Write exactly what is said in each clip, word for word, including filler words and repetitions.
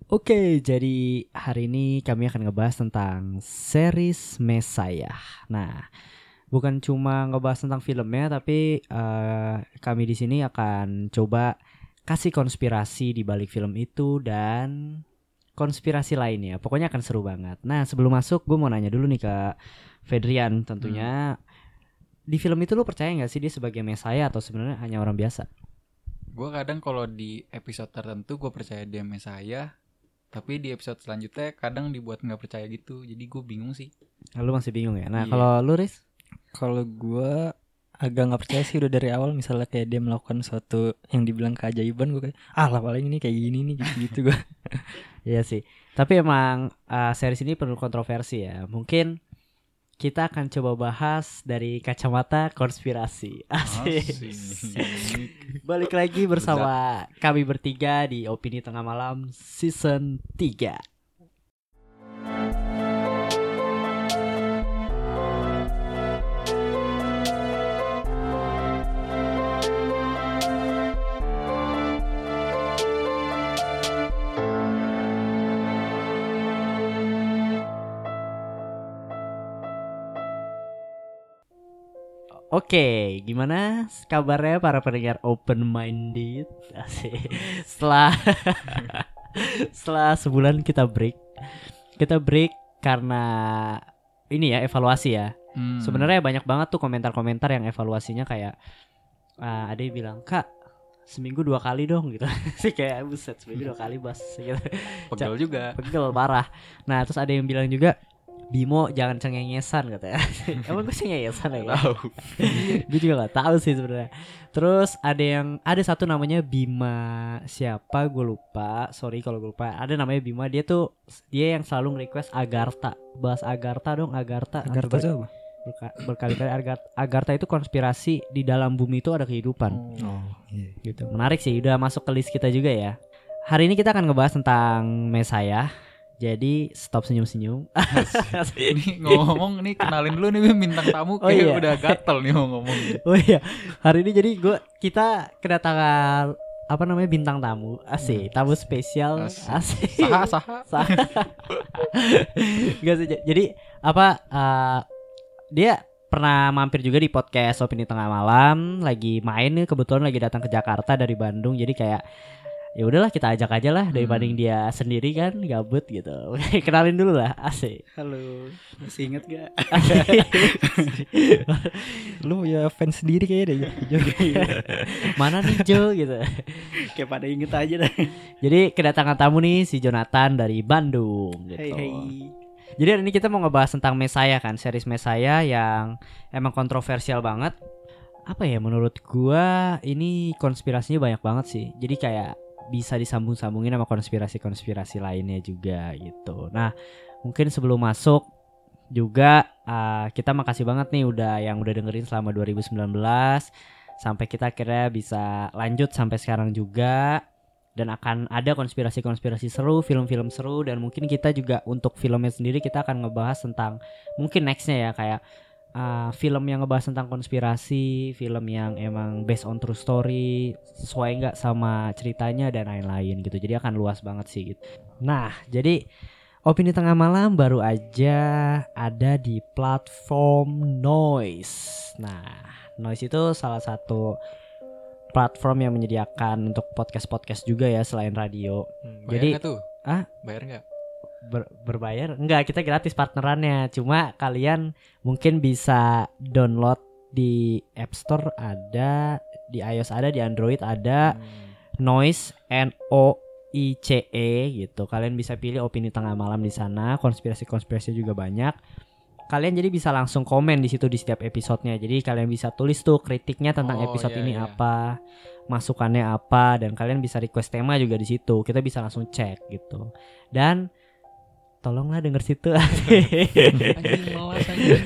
Oke, jadi hari ini kami akan ngebahas tentang series Messiah. Nah, bukan cuma ngebahas tentang filmnya, tapi uh, kami di sini akan coba kasih konspirasi di balik film itu dan konspirasi lainnya. Pokoknya akan seru banget. Nah, sebelum masuk, gue mau nanya dulu nih ke Fedrian. Tentunya hmm. di film itu lu percaya nggak sih dia sebagai Messiah atau sebenarnya hanya orang biasa? Gue kadang kalau di episode tertentu gue percaya dia Messiah. Tapi di episode selanjutnya kadang dibuat nggak percaya gitu, jadi gue bingung sih. Lu masih bingung ya? Nah, yeah. Kalau lu, Riz? Kalau gue agak nggak percaya sih udah dari awal. Misalnya kayak dia melakukan sesuatu yang dibilang keajaiban, gue kayak ah lah paling ini kayak gini nih gitu-gitu gue. Iya sih. Tapi emang uh, series ini penuh kontroversi ya. Mungkin kita akan coba bahas dari kacamata konspirasi. Asik. Asik. Balik lagi bersama Berzat. Kami bertiga di Opini Tengah Malam Season tiga. Oke, gimana kabarnya para pendengar open minded? Asik. Setelah setelah sebulan kita break, kita break karena ini ya evaluasi ya. Hmm. Sebenarnya banyak banget tuh komentar-komentar yang evaluasinya kayak uh, ada yang bilang kak seminggu dua kali dong gitu. Sih kayak buset seminggu dua kali bas. Gitu. Pegel juga. Pegel parah. Nah terus ada yang bilang juga Bimo jangan cengengesan katanya. Emang gue cengengesan ya? Tahu. Gue juga nggak tahu sih sebenarnya. Terus ada yang ada satu namanya Bima siapa gue lupa. Sorry kalau gue lupa. Ada namanya Bima, dia tuh dia yang selalu nge-request Agartha. Bahas Agartha dong, Agartha. Agartha itu apa? Berka- berkali-kali Agartha, Agartha itu konspirasi di dalam bumi itu ada kehidupan. Oh, iya. Gitu. Menarik sih. Udah masuk ke list kita juga ya. Hari ini kita akan ngebahas tentang Messiah. Jadi stop senyum-senyum. Ini ngomong nih kenalin dulu nih bintang tamu kayak oh, iya. Udah gatel nih ngomong. Oh iya. Hari ini jadi gua kita kedatangan apa namanya bintang tamu. Asik, tamu spesial. Asik. Saha saha. Saha. Gak sih. Jadi apa uh, dia pernah mampir juga di podcast Opini Tengah Malam, lagi main nih kebetulan lagi datang ke Jakarta dari Bandung. Jadi kayak ya udahlah kita ajak aja lah daripada hmm. dia sendiri kan gabut gitu. Kenalin dulu lah, asik. Halo, masih inget gak? Lu ya fans sendiri kayaknya deh. Mana nih Jo gitu. Kayak pada inget aja deh. Jadi kedatangan tamu nih si Jonathan dari Bandung gitu. Hey, hey. Jadi hari ini kita mau ngebahas tentang Messiah kan, series Messiah yang emang kontroversial banget. Apa ya menurut gua ini konspirasinya banyak banget sih. Jadi kayak bisa disambung-sambungin sama konspirasi-konspirasi lainnya juga gitu. Nah, mungkin sebelum masuk juga uh, kita makasih banget nih udah yang udah dengerin selama dua ribu sembilan belas sampai kita akhirnya bisa lanjut sampai sekarang juga, dan akan ada konspirasi-konspirasi seru, film-film seru, dan mungkin kita juga untuk filmnya sendiri kita akan ngebahas tentang mungkin nextnya ya kayak Uh, film yang ngebahas tentang konspirasi, film yang emang based on true story, sesuai nggak sama ceritanya dan lain-lain gitu. Jadi akan luas banget sih gitu. Nah, jadi Opini Tengah Malam baru aja ada di platform Noise. Nah, Noise itu salah satu platform yang menyediakan untuk podcast-podcast juga ya selain radio. Hmm, bayar jadi, nggak tuh? Ah, bayar nggak? Ber, berbayar? Enggak, kita gratis partnerannya. Cuma kalian mungkin bisa download di App Store ada, di iOS ada, di Android ada. hmm. Noise, N O I C E gitu. Kalian bisa pilih Opini Tengah Malam di sana. Konspirasi-konspirasi juga banyak. Kalian jadi bisa langsung komen di situ di setiap episodenya. Jadi kalian bisa tulis tuh kritiknya tentang oh, episode iya, ini iya. apa, masukannya apa, dan kalian bisa request tema juga di situ. Kita bisa langsung cek gitu. Dan tolonglah denger situ. Anjing malas anjing.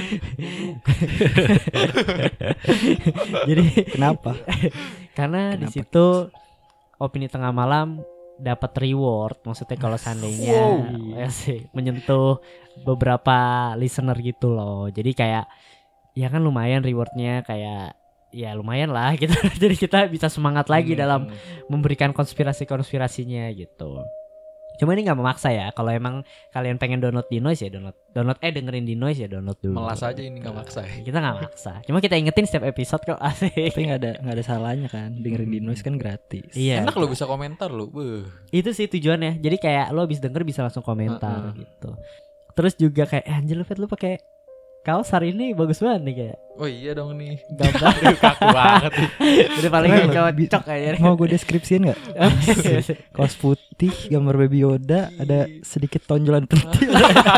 Jadi kenapa? Karena di situ Opini Tengah Malam dapat reward. Maksudnya kalau seandainya wow. ya sih menyentuh beberapa listener gitu loh. Jadi kayak ya kan lumayan rewardnya kayak ya lumayan lah gitu. Jadi kita bisa semangat lagi hmm. dalam memberikan konspirasi-konspirasinya gitu. Cuma ini nggak memaksa ya. Kalau emang kalian pengen download di Noise ya download, download eh dengerin di Noise ya download dulu. Melas aja ini nggak maksa ya. Kita nggak maksa. Cuma kita ingetin setiap episode kok asik. Tapi nggak ada nggak ada salahnya kan, dengerin di Noise kan gratis. Iya. Enak lo bisa komentar lo. Beuh. Itu sih tujuannya. Jadi kayak lo abis denger bisa langsung komentar Uh-uh. gitu. Terus juga kayak eh, anjir lu Fet, lu pakai kaos hari ini bagus banget nih kayak Oh iya dong nih. gambar Kaku banget. udah paling Keren loh. cocok aja. Mau gue deskripsiin nggak? Kaos putih, gambar Baby Yoda, ada sedikit tonjolan pentil.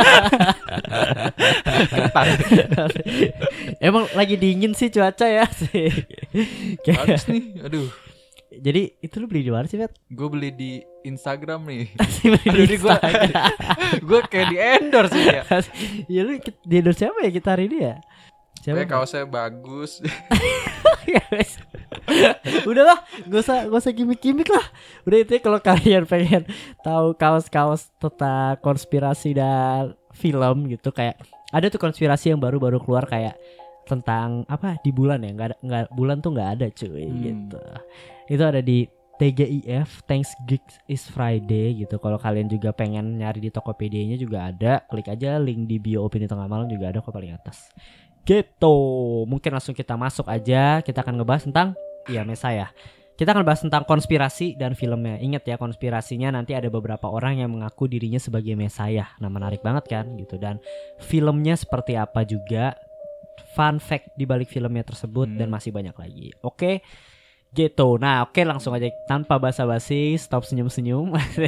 Emang lagi dingin sih cuaca ya sih. Kayak- Bagus nih. Aduh. Jadi itu lu beli di mana sih Fet? Gue beli di Instagram nih. Beli Aduh di ini gue Instagram. gue kayak di endorse sih ya. Ya lu di endorse siapa ya kita hari ini ya? Siapa? Kayak kaosnya bagus. Ya, wes. Udah lah, gak usah gak usah gimmick-gimmick lah. Udah itu ya, kalau kalian pengen tahu kaos-kaos tentang konspirasi dan film gitu, kayak ada tuh konspirasi yang baru-baru keluar kayak tentang apa di bulan ya, nggak ada nggak bulan tuh nggak ada cuy Hmm. gitu. Itu ada di T G I F, Thanks Geeks is Friday gitu. Kalau kalian juga pengen nyari di Tokopedia-nya juga ada, klik aja link di bio Opini Tengah Malam juga ada kok paling atas. Gitu. Mungkin langsung kita masuk aja. Kita akan ngebahas tentang iya Mesaya. Kita akan bahas tentang konspirasi dan filmnya. Ingat ya, konspirasinya nanti ada beberapa orang yang mengaku dirinya sebagai Mesaya. Nah, menarik banget kan gitu. Dan filmnya seperti apa juga, fun fact di balik filmnya tersebut Hmm. dan masih banyak lagi. Oke. Gitu. Nah, oke langsung aja tanpa basa-basi, stop senyum-senyum.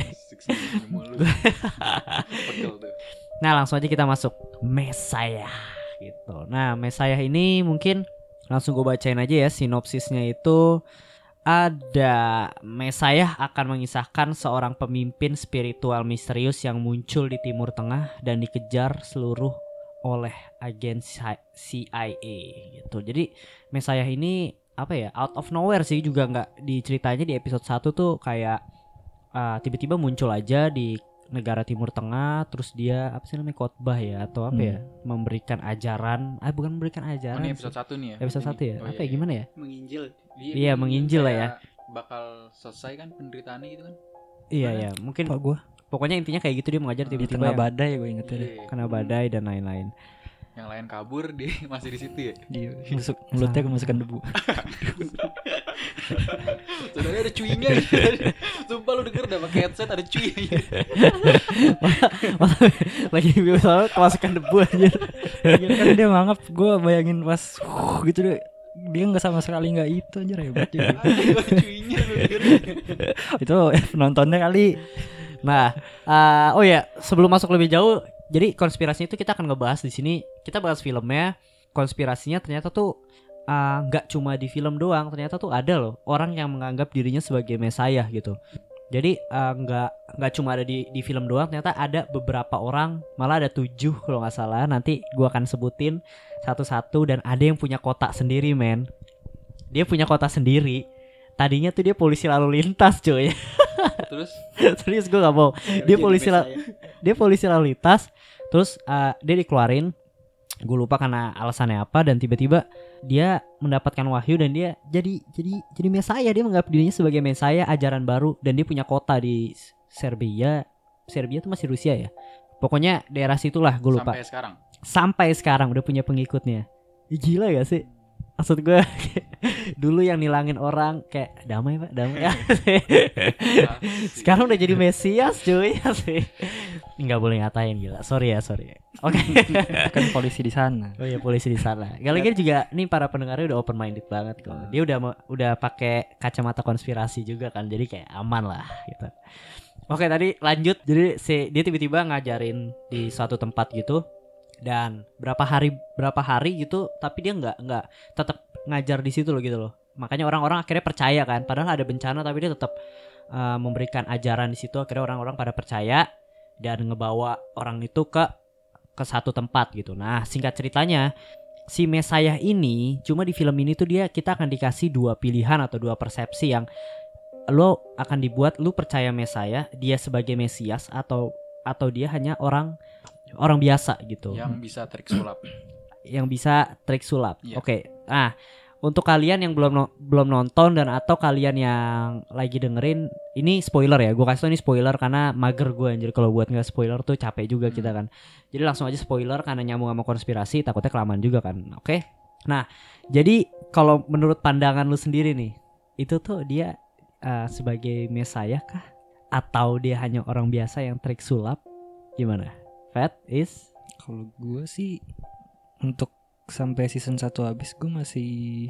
Pegel tuh. Nah, langsung aja kita masuk Mesaya gitu. Nah, Mesaya ini mungkin langsung gue bacain aja ya sinopsisnya itu. Ada Mesaya akan mengisahkan seorang pemimpin spiritual misterius yang muncul di Timur Tengah dan dikejar seluruh oleh agen C I A gitu. Jadi Mesaya ini apa ya, out of nowhere sih, juga nggak diceritanya di episode satu tuh kayak uh, tiba-tiba muncul aja di negara Timur Tengah, terus dia apa sih namanya, khotbah ya atau apa Hmm. ya, memberikan ajaran, ah bukan memberikan Oh, ajaran ini sih. episode satu nih ya. Episode Ini. satu ya, Oh, apa iya, ya, iya. gimana ya? Menginjil. Dia Iya, menginjil lah ya. kayak Bakal selesai kan penderitaannya gitu kan. Iya Mana? ya, mungkin Pak gue pokoknya intinya kayak gitu, dia mengajar di tiba-tiba tengah yang badai gue ingetnya deh. Iya. kena badai dan lain-lain. Yang lain kabur, dia masih di situ ya. Dia masuk mulutnya kemasukan debu. Saudara ada cuinya. Sumpah lu denger udah pakai headset ada cuy. Lagi misalnya kemasukan debu aja. Iya kan dia menganggap gue bayangin pas uh, gitu deh. Dia nggak sama sekali nggak itu aja, hebat juga. Ada cuinya lu denger. Itu eh, penontonnya kali. Nah, uh, oh ya, sebelum masuk lebih jauh, jadi konspirasinya itu kita akan ngebahas di sini. Kita bahas filmnya, konspirasinya ternyata tuh nggak uh, cuma di film doang. Ternyata tuh ada loh orang yang menganggap dirinya sebagai Mesaya gitu. Jadi nggak uh, nggak cuma ada di di film doang. Ternyata ada beberapa orang, malah ada tujuh kalau nggak salah. Nanti gua akan sebutin satu-satu, dan ada yang punya kotak sendiri, men. Dia punya kotak sendiri. Tadinya tuh dia polisi lalu lintas, coy. Terus Serius gue gak mau. Dia polisi la- dia polisi lalu lintas. Terus uh, dia dikeluarin. Gue lupa karena alasannya apa, dan tiba-tiba dia mendapatkan wahyu dan dia jadi jadi jadi Mesaya. Dia menganggap dirinya sebagai Mesaya, ajaran baru, dan dia punya kota di Serbia. Serbia tuh masih Rusia ya. Pokoknya daerah situlah, gue lupa. sampai sekarang. Sampai sekarang udah punya pengikutnya. Ih, gila gak sih? Maksud gue dulu yang nilangin orang kayak damai pak, damai ya. Sekarang udah jadi Mesias cuy sih. Nggak boleh ngatain, gila. Sorry ya, sorry. Oke. Kan polisi di sana. Oh iya, polisi di sana. Gak juga nih para pendengarnya udah open minded banget kok. Dia udah mau- udah pakai kacamata konspirasi juga kan. Jadi kayak aman lah gitu. Oke, tadi lanjut. Jadi si dia tiba-tiba ngajarin di suatu tempat gitu. Dan berapa hari berapa hari gitu, tapi dia nggak nggak tetap ngajar di situ loh gitu loh. Makanya orang-orang akhirnya percaya kan. Padahal ada bencana tapi dia tetap uh, memberikan ajaran di situ. Akhirnya orang-orang pada percaya dan ngebawa orang itu ke ke satu tempat gitu. Nah, singkat ceritanya, si Mesaya ini cuma di film ini tuh dia kita akan dikasih dua pilihan atau dua persepsi yang lo akan dibuat lu percaya Mesaya, dia sebagai Mesias, atau atau dia hanya orang orang biasa gitu. Yang bisa trik sulap. Yang bisa trik sulap. Iya. Oke. Nah, untuk kalian yang belum no- belum nonton dan atau kalian yang lagi dengerin, ini spoiler ya. Gue kasih tau ini spoiler karena mager gue anjir kalau buat nggak spoiler tuh capek juga Hmm. kita kan. Jadi langsung aja spoiler karena nyambung sama konspirasi, takutnya kelamaan juga kan. Oke. Nah, jadi kalau menurut pandangan lu sendiri nih, itu tuh dia uh, sebagai Mesiah kah? Atau dia hanya orang biasa yang trik sulap? Gimana? Fat is Kalau gue sih untuk sampai season satu habis gue masih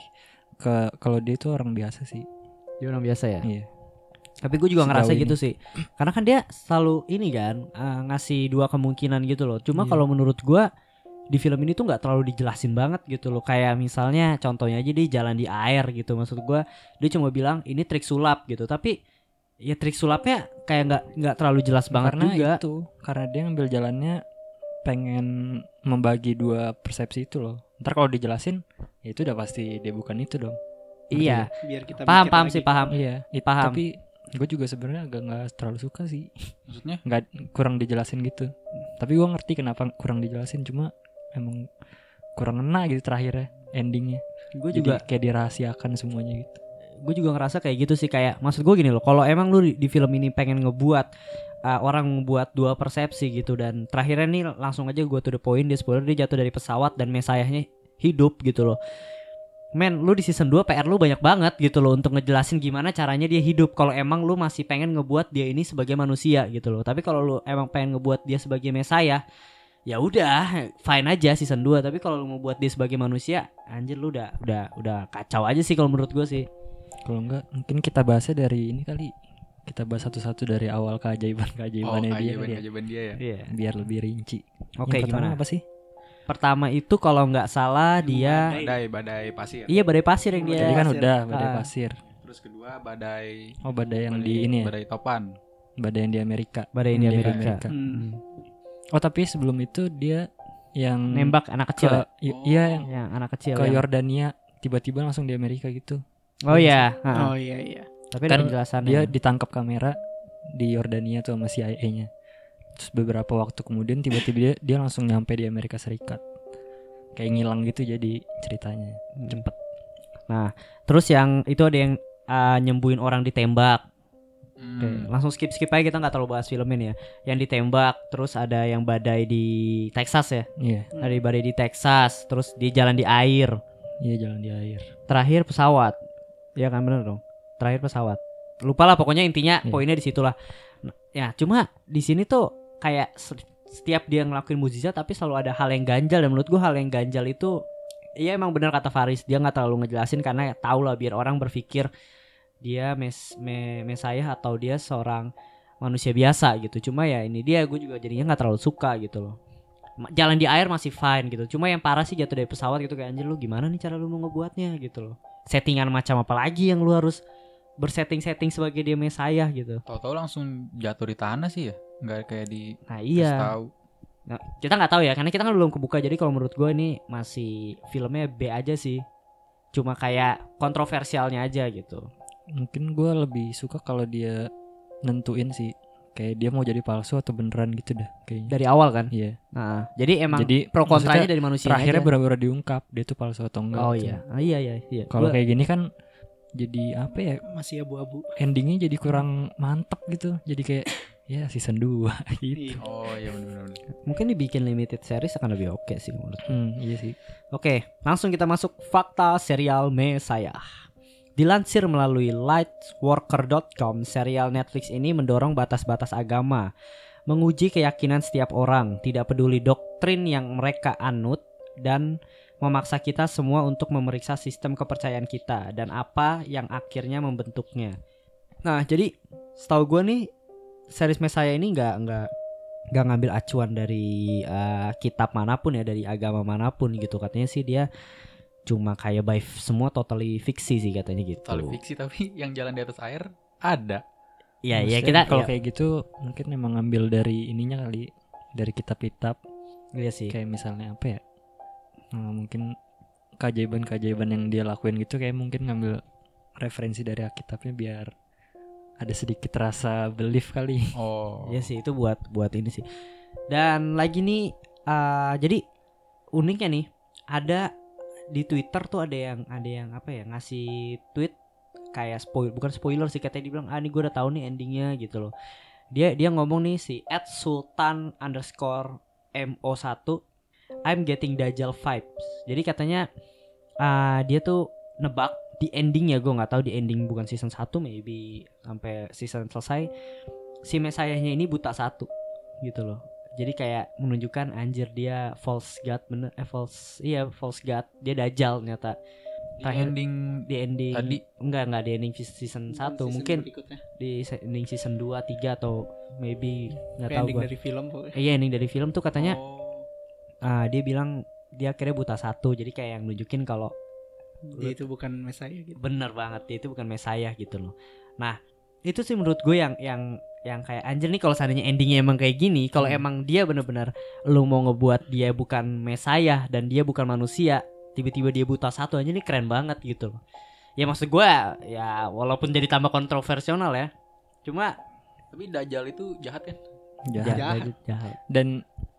ke kalau dia itu orang biasa sih. dia orang biasa ya? Iya. Tapi gue juga Sejauh ngerasa ini. gitu sih. Karena kan dia selalu ini kan uh, ngasih dua kemungkinan gitu loh. Cuma Iya. kalau menurut gue di film ini tuh nggak terlalu dijelasin banget gitu loh. Kayak misalnya contohnya aja dia jalan di air gitu. Maksud gue dia cuma bilang ini trik sulap gitu. Tapi ya trik sulapnya kayak nggak nggak terlalu jelas banget Karena juga. itu karena dia ngambil jalannya pengen membagi dua persepsi itu loh. Ntar kalau dijelasin ya itu udah pasti dia bukan itu dong. Iya. Biar kita Paham mikir paham lagi. sih paham. Iya, it- Paham. tapi gue juga sebenarnya agak nggak terlalu suka sih. Maksudnya? Nggak kurang dijelasin gitu. Tapi gue ngerti kenapa kurang dijelasin, cuma emang kurang ngena gitu terakhirnya endingnya. Gue Jadi juga kayak dirahasiakan semuanya gitu. gue juga ngerasa kayak gitu sih, kayak maksud gue gini loh, kalau emang lu di, di film ini pengen ngebuat uh, orang membuat dua persepsi gitu, dan terakhirnya nih langsung aja gue to the point, dia spoiler, dia jatuh dari pesawat dan mesayahnya hidup gitu loh. Men, lu di season dua P R lu banyak banget gitu loh untuk ngejelasin gimana caranya dia hidup kalau emang lu masih pengen ngebuat dia ini sebagai manusia gitu loh. Tapi kalau lu emang pengen ngebuat dia sebagai mesayah, ya udah fine aja season dua. Tapi kalau lu mau buat dia sebagai manusia, anjir lu udah udah udah kacau aja sih kalau menurut gue sih. Kalau enggak mungkin kita bahasnya dari ini kali. Kita bahas satu-satu dari awal Oh, keajaiban-keajaibannya dia kali ya. keajaiban-keajaiban dia ya. Iya. Biar lebih rinci. Oke, Yang pertama gimana? apa sih? Pertama itu kalau nggak salah dia Badai, badai pasir. iya badai pasir yang dia. Tadi kan pasir. udah badai Ah. pasir. Terus kedua badai Oh, badai yang badai, di ini ya. badai topan. Badai yang di Amerika. Badai yang di Yang Amerika. Hmm. Oh, tapi sebelum itu dia yang Nembak anak kecil. ke ya? i- iya yang Yang anak kecil. ke yang- Yordania tiba-tiba langsung di Amerika gitu. Oh iya, ha. Oh iya iya. Tapi ada Kan penjelasannya. Dia ditangkap kamera di Yordania tuh sama C I A-nya. Terus beberapa waktu kemudian tiba-tiba dia, dia langsung nyampe di Amerika Serikat. Kayak ngilang gitu jadi ceritanya. Cepet. Nah, terus yang itu ada yang uh, nyembuhin orang ditembak. Hmm. Oke, langsung skip-skip aja, kita nggak terlalu bahas film ini ya. Yang ditembak, terus ada yang badai di Texas ya. Iya, Ada badai di Texas, terus di jalan di air. iya jalan di air. Terakhir pesawat. Iya kan, bener dong. Terakhir pesawat. Lupa lah pokoknya, intinya Iya. poinnya di situlah. Nah, ya, cuma di sini tuh kayak se- setiap dia ngelakuin mukjizat tapi selalu ada hal yang ganjal, dan menurut gua hal yang ganjal itu iya emang benar kata Faris, dia nggak terlalu ngejelasin karena tahu lah biar orang berpikir dia mes me, mesayah atau dia seorang manusia biasa gitu. Cuma ya ini dia, gue juga jadinya nggak terlalu suka gitu loh. Ma- Jalan di air masih fine gitu. Cuma yang parah sih jatuh dari pesawat gitu, kayak anjir lu gimana nih cara lu mau ngebuatnya gitu loh. Settingan macam apa lagi yang lu harus bersetting-setting sebagai dia mesayah gitu. Tahu-tahu langsung jatuh di tanah sih ya. Enggak kayak di Nah kasih iya. tahu. Nah, kita nggak tahu ya karena kita kan belum kebuka. Jadi kalau menurut gue ini masih filmnya B aja sih. Cuma kayak kontroversialnya aja gitu. Mungkin gue lebih suka kalau dia nentuin sih. Kayak dia mau jadi palsu atau beneran gitu dah kayaknya. Dari awal kan. Iya. Nah, jadi emang Jadi pro kontranya maksudnya dari manusia Terakhirnya aja. benar-benar diungkap dia tuh palsu atau enggak. Oh gitu. iya. Ah, iya iya iya. Kalau Gua- kayak gini kan jadi apa ya? Masih abu-abu. Endingnya jadi kurang mantep gitu. Jadi kayak ya season dua gitu. Iya. Oh iya benar-benar. mungkin dibikin limited series akan lebih oke sih menurut. Hmm, iya sih. Oke, langsung kita masuk fakta serial Mesayah. Dilansir melalui lightworker dot com, serial Netflix ini mendorong batas-batas agama, menguji keyakinan setiap orang, tidak peduli doktrin yang mereka anut, dan memaksa kita semua untuk memeriksa sistem kepercayaan kita dan apa yang akhirnya membentuknya. Nah, jadi setahu gue nih, series Mesayah ini nggak nggak nggak ngambil acuan dari uh, kitab manapun ya, dari agama manapun gitu. Katanya sih dia cuma kayak by f- semua totally fiksi sih katanya gitu. Tali fiksi tapi yang jalan di atas air ada. Iya iya Maksudnya kita kalau ya, kayak gitu mungkin emang ngambil dari ininya kali, dari kitab-kitab. iya sih. Kayak misalnya apa ya? Nah, mungkin keajaiban-keajaiban yang dia lakuin gitu kayak mungkin ngambil referensi dari kitabnya biar ada sedikit rasa belief kali. Oh. Iya sih itu buat buat ini sih. Dan lagi nih uh, jadi uniknya nih ada di Twitter tuh ada yang ada yang apa ya ngasih tweet kayak spoil bukan spoiler sih, katanya dibilang ah ini gue udah tahu nih endingnya gitu loh. Dia dia ngomong nih si at sultan underscore mo satu I'm getting Dajjal vibes. Jadi katanya uh, dia tuh nebak di endingnya, gue nggak tahu di ending bukan season satu maybe sampai season selesai si Mesayahnya ini buta satu gitu loh. Jadi kayak menunjukkan anjir dia false god bener eh false iya false god, dia Dajjal ternyata. Di Terakhir ending di ending tadi. enggak enggak di ending season satu, mungkin berikutnya. di se- ending season dua, tiga atau maybe enggak tahu Ending gua. dari film pokoknya. Eh, iya ending dari film tuh katanya Oh. ah, dia bilang dia akhirnya buta satu. Jadi kayak yang nunjukin kalau Dia itu bukan Mesaya gitu. bener banget dia itu bukan Mesayah gitu loh. Nah, itu sih menurut gue yang yang yang kayak anjir nih kalau seandainya endingnya emang kayak gini, kalau Hmm. emang dia bener-bener lu mau ngebuat dia bukan Mesayah dan dia bukan manusia, tiba-tiba dia buta satu aja, nih keren banget gitu loh. Ya maksud gue ya walaupun jadi tambah kontroversial ya, cuma Tapi Dajjal itu jahat kan? Jahat. jahat, Jahat. jahat. Dan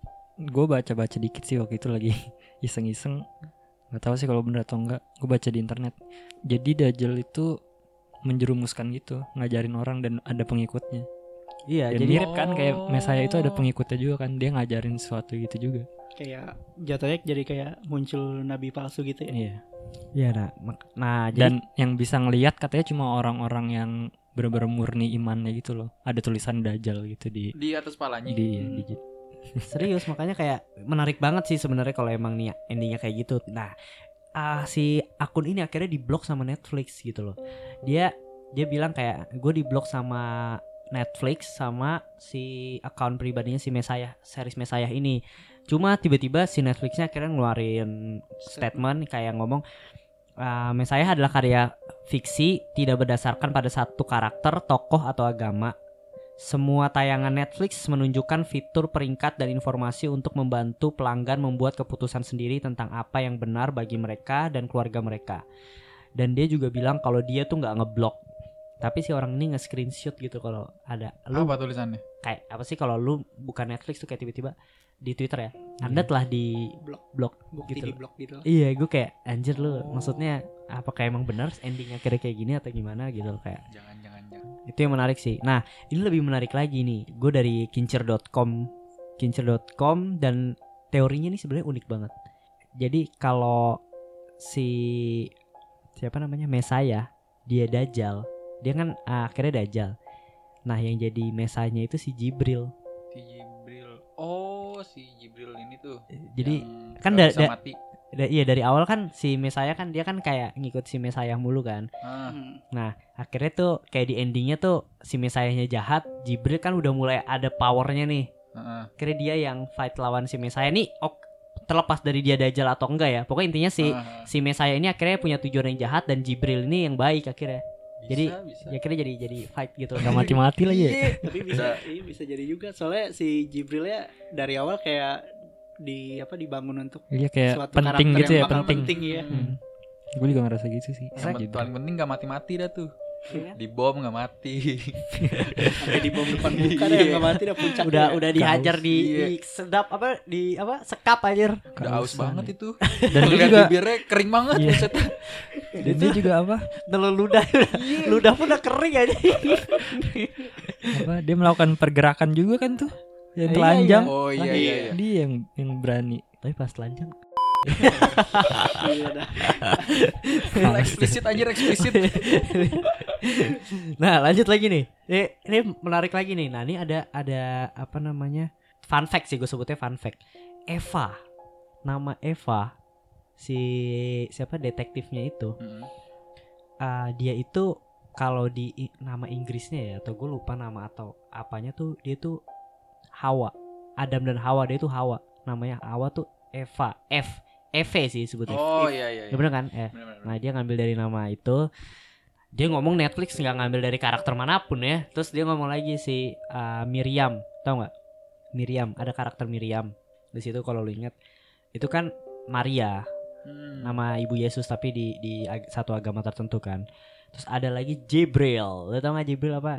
gue baca-baca dikit sih waktu itu lagi iseng-iseng, nggak tahu sih kalau bener atau enggak, gue baca di internet. Jadi Dajjal itu menjerumuskan gitu, ngajarin orang dan ada pengikutnya. Iya, Dan jadi mirip kan kayak Oh. Mesaya itu ada pengikutnya juga kan, dia ngajarin sesuatu gitu juga. Kayak jatuhnya jadi kayak muncul nabi palsu gitu ya. Iya. iya nah, mak- nah jadi Dan yang bisa ngelihat katanya cuma orang-orang yang benar-benar murni imannya gitu loh. Ada tulisan Dajjal gitu di Di atas palanya. di, Hmm. di serius makanya kayak menarik banget sih sebenarnya kalau emang nih endingnya kayak gitu. Nah, ah, si akun ini akhirnya diblok sama Netflix gitu loh. Dia dia bilang kayak gue diblok sama Netflix sama si akun pribadinya si Mesayah, series Mesayah ini. Cuma tiba-tiba si Netflixnya akhirnya ngeluarin statement kayak ngomong ah, Mesayah adalah karya fiksi tidak berdasarkan pada satu karakter, tokoh atau agama. Semua tayangan Netflix menunjukkan fitur peringkat dan informasi untuk membantu pelanggan membuat keputusan sendiri tentang apa yang benar bagi mereka dan keluarga mereka. Dan dia juga bilang kalau dia tuh nggak ngeblok, tapi si orang ini nge-screenshot gitu kalau ada. Lu Apa tulisannya? kayak apa sih kalau lu bukan Netflix tuh kayak tiba-tiba di Twitter ya, Anda telah di Blok. blok Bukti gitu. di blok gitu. Iya, gue kayak anjir lu, Oh. maksudnya apakah emang benar endingnya kira kayak gini atau gimana gitu loh, kayak Jangan jangan jangan. itu yang menarik sih. Nah, ini lebih menarik lagi nih. Gue dari kincir dot com, kincir dot com dan teorinya nih sebenarnya unik banget. Jadi kalau si siapa namanya Mesayah, dia Dajjal, dia kan ah, akhirnya Dajjal. Nah, yang jadi Mesayahnya itu si Jibril. Si Jibril. Oh, si Jibril ini tuh. Jadi yang kan nggak da- bisa da- mati. da- iya dari awal kan si Mesayah kan dia kan kayak ngikut si Mesayah mulu kan. Ah, Hmm. Nah, akhirnya tuh kayak di endingnya tuh si Mesayahnya jahat, Jibril kan udah mulai ada powernya nih. heeh. Akhirnya dia yang fight lawan si Mesayah nih. Ok, terlepas dari dia Dajjal atau enggak ya. Pokoknya intinya si Ah, si Mesayah ini akhirnya punya tujuan yang jahat dan Jibril ini yang baik akhirnya. bisa, jadi bisa. Ya akhirnya jadi jadi fight gitu. Gak mati-mati lagi ya. Iya, tapi bisa iya, bisa jadi juga soalnya si Jibril ya dari awal kayak di apa dibangun untuk Iya kayak suatu penting karakter gitu yang ya, bakal penting. penting ya. Hmm. Gue juga ngerasa gitu sih. Yang Gitu. paling penting gak mati-mati dah tuh. Iya. Di bom gak mati. Sampai di bom depan muka deh yang nggak mati dah puncak. Udah udah dihajar di, Iya. di sedap apa di apa sekap anjir. Udah aus Kausan banget ya. itu. Dan dia Lihat juga bibirnya kering banget. Iya. buset. dan dia juga apa? Nelu ludah ludah pun udah kering aja. Apa dia melakukan pergerakan juga kan tuh. Yang Iya, telanjang. Oh iya iya iya. Dia yang yang berani. Tapi pas telanjang Iya dah. Full eksplisit anjir eksplisit. Nah lanjut lagi nih. Ini, ini menarik lagi nih. Nah ini ada ada apa namanya fun fact sih, gue sebutnya fun fact. Eva, nama Eva si siapa detektifnya itu, Mm-mm. uh, dia itu kalau di i- nama Inggrisnya ya atau gue lupa nama atau apanya tuh, dia tuh Hawa, Adam dan Hawa, dia tuh Hawa. Namanya Hawa tuh Eva, F, Eve sih sebutnya. Oh iya iya. Ya bener kan? Eh. Bener, bener, Nah dia ngambil dari nama itu. Dia ngomong Netflix nggak ngambil dari karakter manapun ya. Terus dia ngomong lagi si uh, Miriam, tau nggak? Miriam, ada karakter Miriam di situ kalau lu ingat. Itu kan Maria, Hmm. nama ibu Yesus tapi di di ag- satu agama tertentu kan. Terus ada lagi Jibril. Lu tau nggak Jibril apa?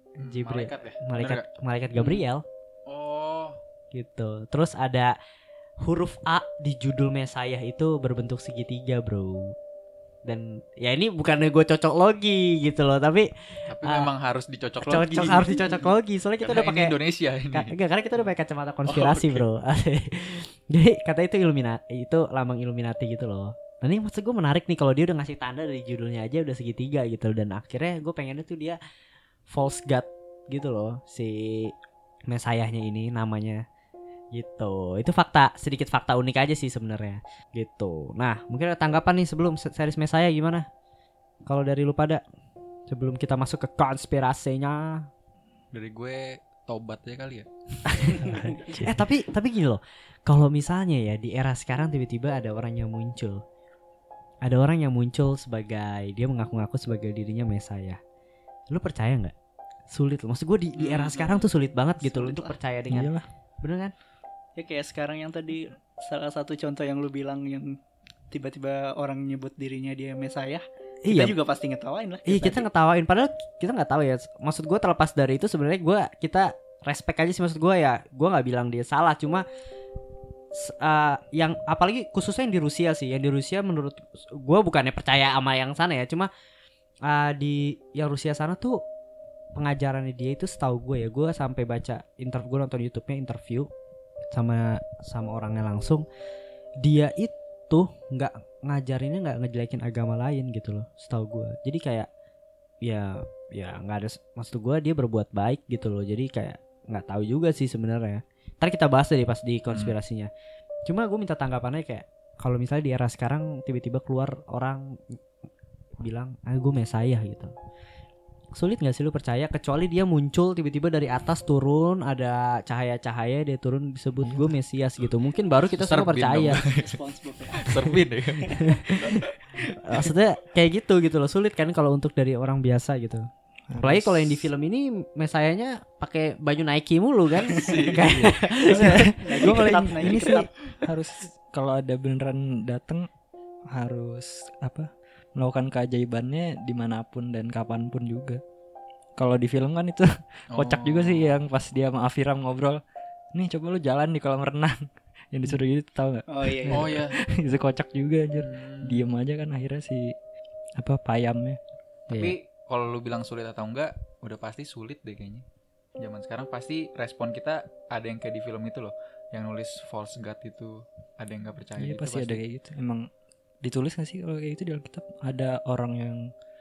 Jibril. Malaikat ya? Bener Malaikat nggak? malaikat Gabriel Oh. gitu. Terus ada huruf A di judul Mesayah itu berbentuk segitiga, bro. Dan ya ini bukannya gue cocok logi gitu loh, tapi Tapi Ah, memang harus dicocok cocok lagi. harus dicocok logi. Soalnya kita Karena udah ini pakai Indonesia ini. Ka- enggak, karena kita udah pakai kacamata konspirasi, Oh, oke. bro. Jadi kata itu Illuminati, itu lambang Illuminati gitu loh. Nah ini maksud gue menarik nih kalau dia udah ngasih tanda dari judulnya aja udah segitiga gitu. Dan akhirnya gue pengennya tuh dia false god gitu loh, si Mesayahnya ini namanya gitu. Itu fakta, sedikit fakta unik aja sih sebenarnya gitu. Nah mungkin ada tanggapan nih sebelum se- series Mesayah gimana? Kalau dari lu pada sebelum kita masuk ke konspirasinya. Dari gue tobat aja kali ya. Eh tapi tapi gini loh, kalau misalnya ya di era sekarang tiba-tiba ada orang yang muncul, ada orang yang muncul sebagai dia mengaku-ngaku sebagai dirinya Mesayah, lu percaya nggak? Sulit loh, maksud gue di, di era Hmm, sekarang tuh sulit banget gitu loh sulit untuk lah. percaya dengan, Iyalah. bener kan? Ya kayak sekarang yang tadi salah satu contoh yang lu bilang yang tiba-tiba orang nyebut dirinya dia Mesayah, kita Iya, juga pasti ngetawain lah. iya kayak kita tadi. ngetawain, padahal kita nggak tahu ya. Maksud gue terlepas dari itu sebenarnya gue kita respect aja sih, maksud gue ya, gue nggak bilang dia salah, cuma s- uh, yang apalagi khususnya yang di Rusia sih, yang di Rusia menurut gue bukannya percaya sama yang sana ya, cuma uh, di yang Rusia sana tuh pengajarannya dia itu setahu gue ya, gue sampai baca interview, gue nonton YouTube-nya interview sama sama orangnya langsung, dia itu nggak ngajarinnya nggak ngejelekin agama lain gitu loh setahu gue. Jadi kayak ya ya nggak ada, maksud gue dia berbuat baik gitu loh. Jadi kayak nggak tahu juga sih sebenarnya. Ntar kita bahas deh pas di konspirasinya. Cuma gue minta tanggapannya kayak kalau misalnya di era sekarang tiba-tiba keluar orang bilang ah gue Mesayah gitu, sulit nggak sih lu percaya? Kecuali dia muncul tiba-tiba dari atas turun, ada cahaya-cahaya dia turun disebut gue Mesias gitu, mungkin baru kita semua Serbin percaya. SpongeBob ya. Serbin ya. Maksudnya kayak gitu gitu loh, sulit kan kalau untuk dari orang biasa gitu. Apalagi kalau yang di film ini Mesayahnya pakai baju Nike mulu kan. Kayak Gue paling Ketat, naik ini sih ketat. harus kalau ada beneran dateng harus apa melakukan keajaibannya dimanapun dan kapanpun juga. Kalau di film kan itu kocak juga sih yang pas dia sama Afiram ngobrol. Nih coba lu jalan di kolam renang. Yang disuruh gitu tau gak? Oh iya. Oh ya. Itu kocak juga anjir. Hmm. Diem aja kan akhirnya si apa payamnya. Tapi kalau lu bilang sulit atau enggak, udah pasti sulit deh kayaknya. Zaman sekarang pasti respon kita ada yang kayak di film itu loh, yang nulis false god itu, ada yang nggak percaya. Iya itu pasti ada kayak gitu. Emang ditulis gak sih kalau kayak gitu di Alkitab? Ada orang yang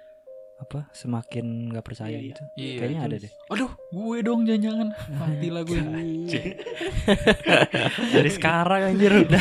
apa semakin nggak percaya Iya, iya. gitu? Iya, Kayaknya ada ditulis. deh. Aduh, gue dong jangan-jangan mati lah gue. Dari sekarang anjir udah.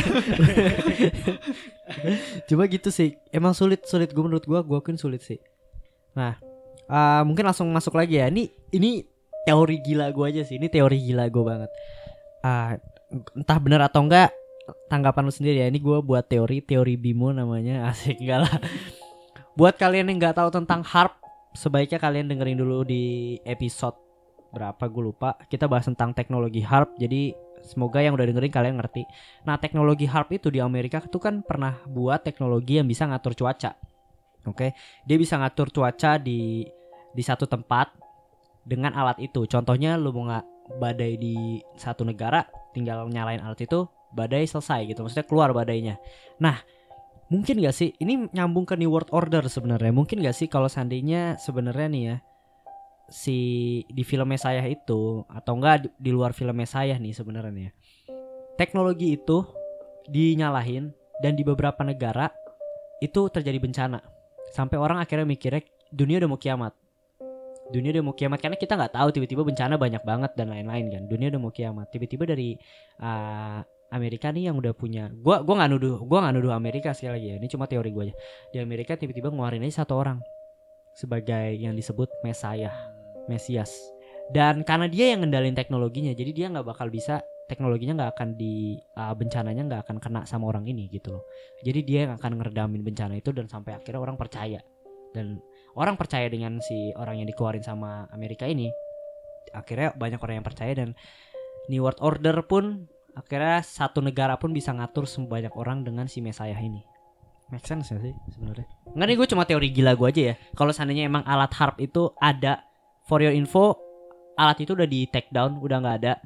Coba gitu sih. Emang sulit sulit gue menurut gue, gue akuin sulit sih. Nah, uh, mungkin langsung masuk lagi ya. Ini ini teori gila gue aja sih. Ini teori gila gue banget. Uh, entah benar atau enggak, tanggapan lu sendiri ya. Ini gue buat teori teori Bimo namanya, asik enggak lah. Buat kalian yang nggak tahu tentang harp, sebaiknya kalian dengerin dulu di episode berapa gue lupa. Kita bahas tentang teknologi harp. Jadi semoga yang udah dengerin kalian ngerti. Nah, teknologi harp itu di Amerika itu kan pernah buat teknologi yang bisa ngatur cuaca. Oke, dia bisa ngatur cuaca di di satu tempat dengan alat itu. Contohnya lu mau nggak badai di satu negara, tinggal nyalain alat itu, badai selesai gitu. Maksudnya keluar badainya. Nah, mungkin gak sih ini nyambung ke New World Order sebenarnya? Mungkin gak sih kalau seandainya sebenarnya nih ya, si di film Mesayah itu atau enggak di, di luar film Mesayah nih sebenarnya nih ya, teknologi itu dinyalahin dan di beberapa negara itu terjadi bencana sampai orang akhirnya mikirnya dunia udah mau kiamat. Dunia udah mau kiamat karena kita nggak tahu, tiba-tiba bencana banyak banget dan lain-lain kan. Dunia udah mau kiamat. Tiba-tiba dari uh, Amerika nih yang udah punya, gua gua nggak nuduh, gua nggak nuduh Amerika sekali lagi ya. Ini cuma teori gua aja. Di Amerika tiba-tiba ngeluarin aja satu orang sebagai yang disebut Mesayah, Mesias. Dan karena dia yang ngendalin teknologinya, jadi dia nggak bakal bisa, teknologinya nggak akan di uh, bencananya nggak akan kena sama orang ini gitu loh. Jadi dia yang akan ngeredamin bencana itu dan sampai akhirnya orang percaya. Dan orang percaya dengan si orang yang dikeluarin sama Amerika ini. Akhirnya banyak orang yang percaya dan New World Order pun akhirnya satu negara pun bisa ngatur sebanyak orang dengan si Mesayah ini. Make sense gak sih sebenarnya? Nggak nih, gue cuma teori gila gue aja ya. Kalau seandainya emang alat harp itu ada, for your info, alat itu udah di take down, udah nggak ada.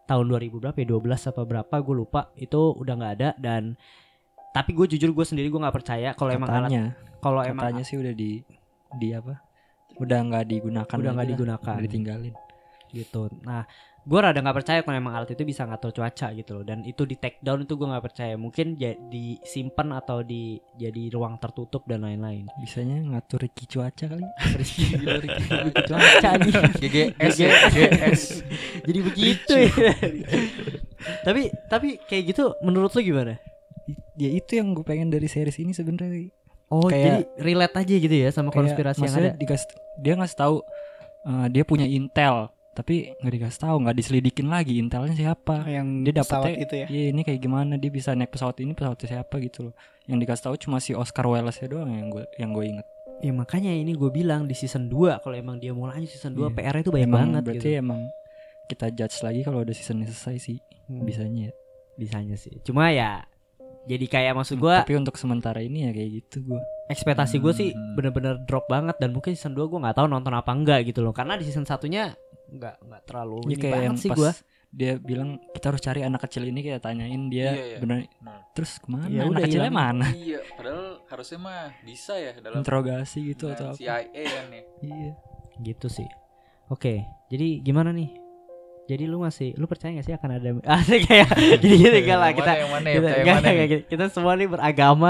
tahun dua ribu berapa ya, dua belas apa berapa gue lupa, itu udah nggak ada. Dan tapi gue jujur gue sendiri gue nggak percaya kalau emang alat, Katanya, kalau emang katanya sih udah di di apa? Udah nggak digunakan. Udah nggak aja, digunakan. udah ditinggalin. gitu. Nah, gue rada nggak percaya kalau emang alat itu bisa ngatur cuaca gitu loh. Dan itu di take down itu gue nggak percaya. Mungkin ja- disimpan atau di jadi ruang tertutup dan lain-lain. Bisanya ngatur Ricky cuaca kali. Gila, Ricky. Cuaca nih. G G S ya, G G S. Jadi begitu ya. tapi tapi kayak gitu menurut lu gimana? Ya itu yang gue pengen dari series ini sebenarnya. Oh, Kayak- jadi relate aja gitu ya sama Kayak konspirasi yang maksudnya ada. dikas- dia ngasih tahu uh, dia punya intel, tapi nggak dikasih tahu, nggak diselidikin lagi intelnya siapa. yang Dia pesawat dapetnya itu ya. Iya, ini kayak gimana dia bisa naik pesawat ini, pesawatnya siapa gitu loh. Yang dikasih tahu cuma si Oscar Wilde-nya doang yang gue yang gue inget. Ya makanya ini gue bilang di season dua kalau emang dia mau lanjut season dua Iya. P R itu banyak Emang banget berarti gitu. emang kita judge lagi kalau udah seasonnya selesai sih. Hmm. Bisanya ya. Bisanya sih. Cuma ya jadi kayak maksud gue Tapi untuk sementara ini ya kayak gitu gue. ekspektasi gue sih Hmm. bener-bener drop banget. Dan mungkin season dua gue nggak tahu nonton apa enggak gitu loh. Karena di season satunya nggak nggak terlalu Ya ini kayak banget yang sih pas gue. dia bilang kita harus cari anak kecil ini, kayak tanyain dia Iya, iya. bener. Nah. Terus kemana Ya anak udah kecilnya hilang. mana? Iya, padahal harusnya mah bisa ya dalam Interogasi gitu nah, atau apa? C I A kan ya. Iya. Gitu sih. Oke, jadi gimana nih? Jadi lu masih lu percaya gak sih akan ada ah kayak gini gini enggak lah Yang kita mana, yang mana ya, kita, percaya enggak, mana enggak, nih? kita semua nih beragama.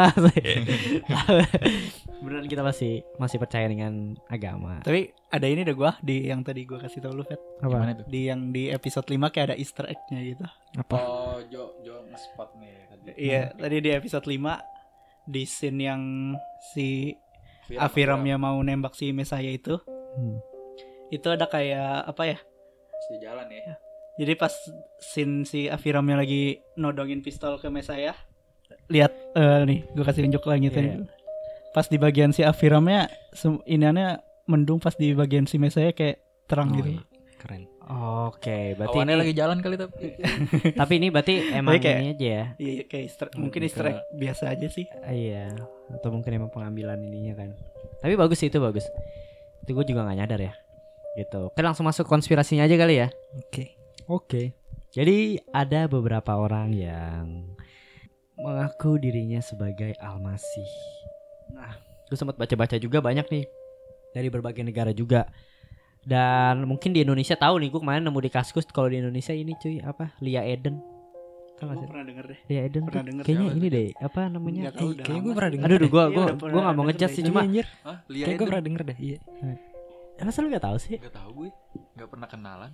Beneran kita masih masih percaya dengan agama. Tapi ada ini deh gua di yang tadi gua kasih tau lu, Fet. Gimana tuh? Di yang di episode lima kayak ada easter egg-nya gitu. Apa? Oh, Jo Jo nge-spot nih tadi. Iya, tadi di episode lima di scene yang si Viram, Afiramnya mau nembak si Mesaya itu, Hmm. itu ada kayak apa ya? Si jalan ya. Jadi pas scene si Afiramnya lagi nodongin pistol ke Mesaya, lihat eh, nih, gue kasih tunjuk lagi tadi. Iya. Pas di bagian si Afiramnya, sem- iniannya mendung, pas di bagian si Mesaya kayak terang Oh, gitu. iya. Keren. Oke, berarti Awannya ini lagi jalan kali tapi. tapi ini berarti emang Tapi kayak- ini aja ya. Iya, iya, kayak easter, mungkin Lebih easter egg biasa aja sih. Ah, iya, atau mungkin emang pengambilan ininya kan. Tapi bagus sih, itu bagus. Itu gue juga nggak nyadar ya. Gitu. Oke, langsung masuk konspirasinya aja kali ya. Oke. Oke. Jadi ada beberapa orang yang mengaku dirinya sebagai Al-Masih. Nah, gue sempat baca-baca juga banyak nih dari berbagai negara juga. Dan mungkin di Indonesia tahu nih, gue kemarin nemu di Kaskus kalau di Indonesia ini cuy apa Lia Eden. Tahu nggak Gue sih? pernah denger deh. Lia Eden Pernah tuh denger kayaknya siapa ini tuh? deh apa namanya? Nggak tahu, Eh, udah Kayaknya lama gue pernah sih. denger. Aduh, deh. gue Iya, gue udah pernah gue nggak mau denger ngejudge deh. sih Iya, cuma anjir. Hah? Lia Kayak gue Eden? pernah denger deh. Iya. masa lu nggak tahu sih? Gak tahu gue. Gak pernah kenalan.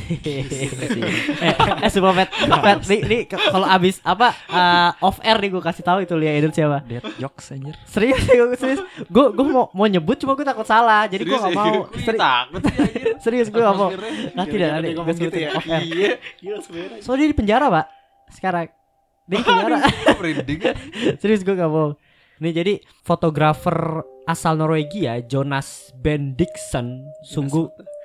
eh, eh semua pet, pet nih, nih k- kalau abis apa uh, off air nih gue kasih tahu itu Lia Eden siapa. Dead jokes anjir. Serius gue serius. Gue gue mau mau nyebut cuma gue takut salah. Jadi gue nggak mau. Seri- takut sih anjir. serius gue nggak mau. Atmosfernya. Nanti dah Gara-gara nanti dia gue ngomong gitu sebutin ya. off air. Iya. Gila sebenarnya. So dia di penjara pak sekarang. Dia di penjara. Merinding. Serius gue gak bohong. Nih jadi fotografer asal Norwegia Jonas Bendiksen sungguh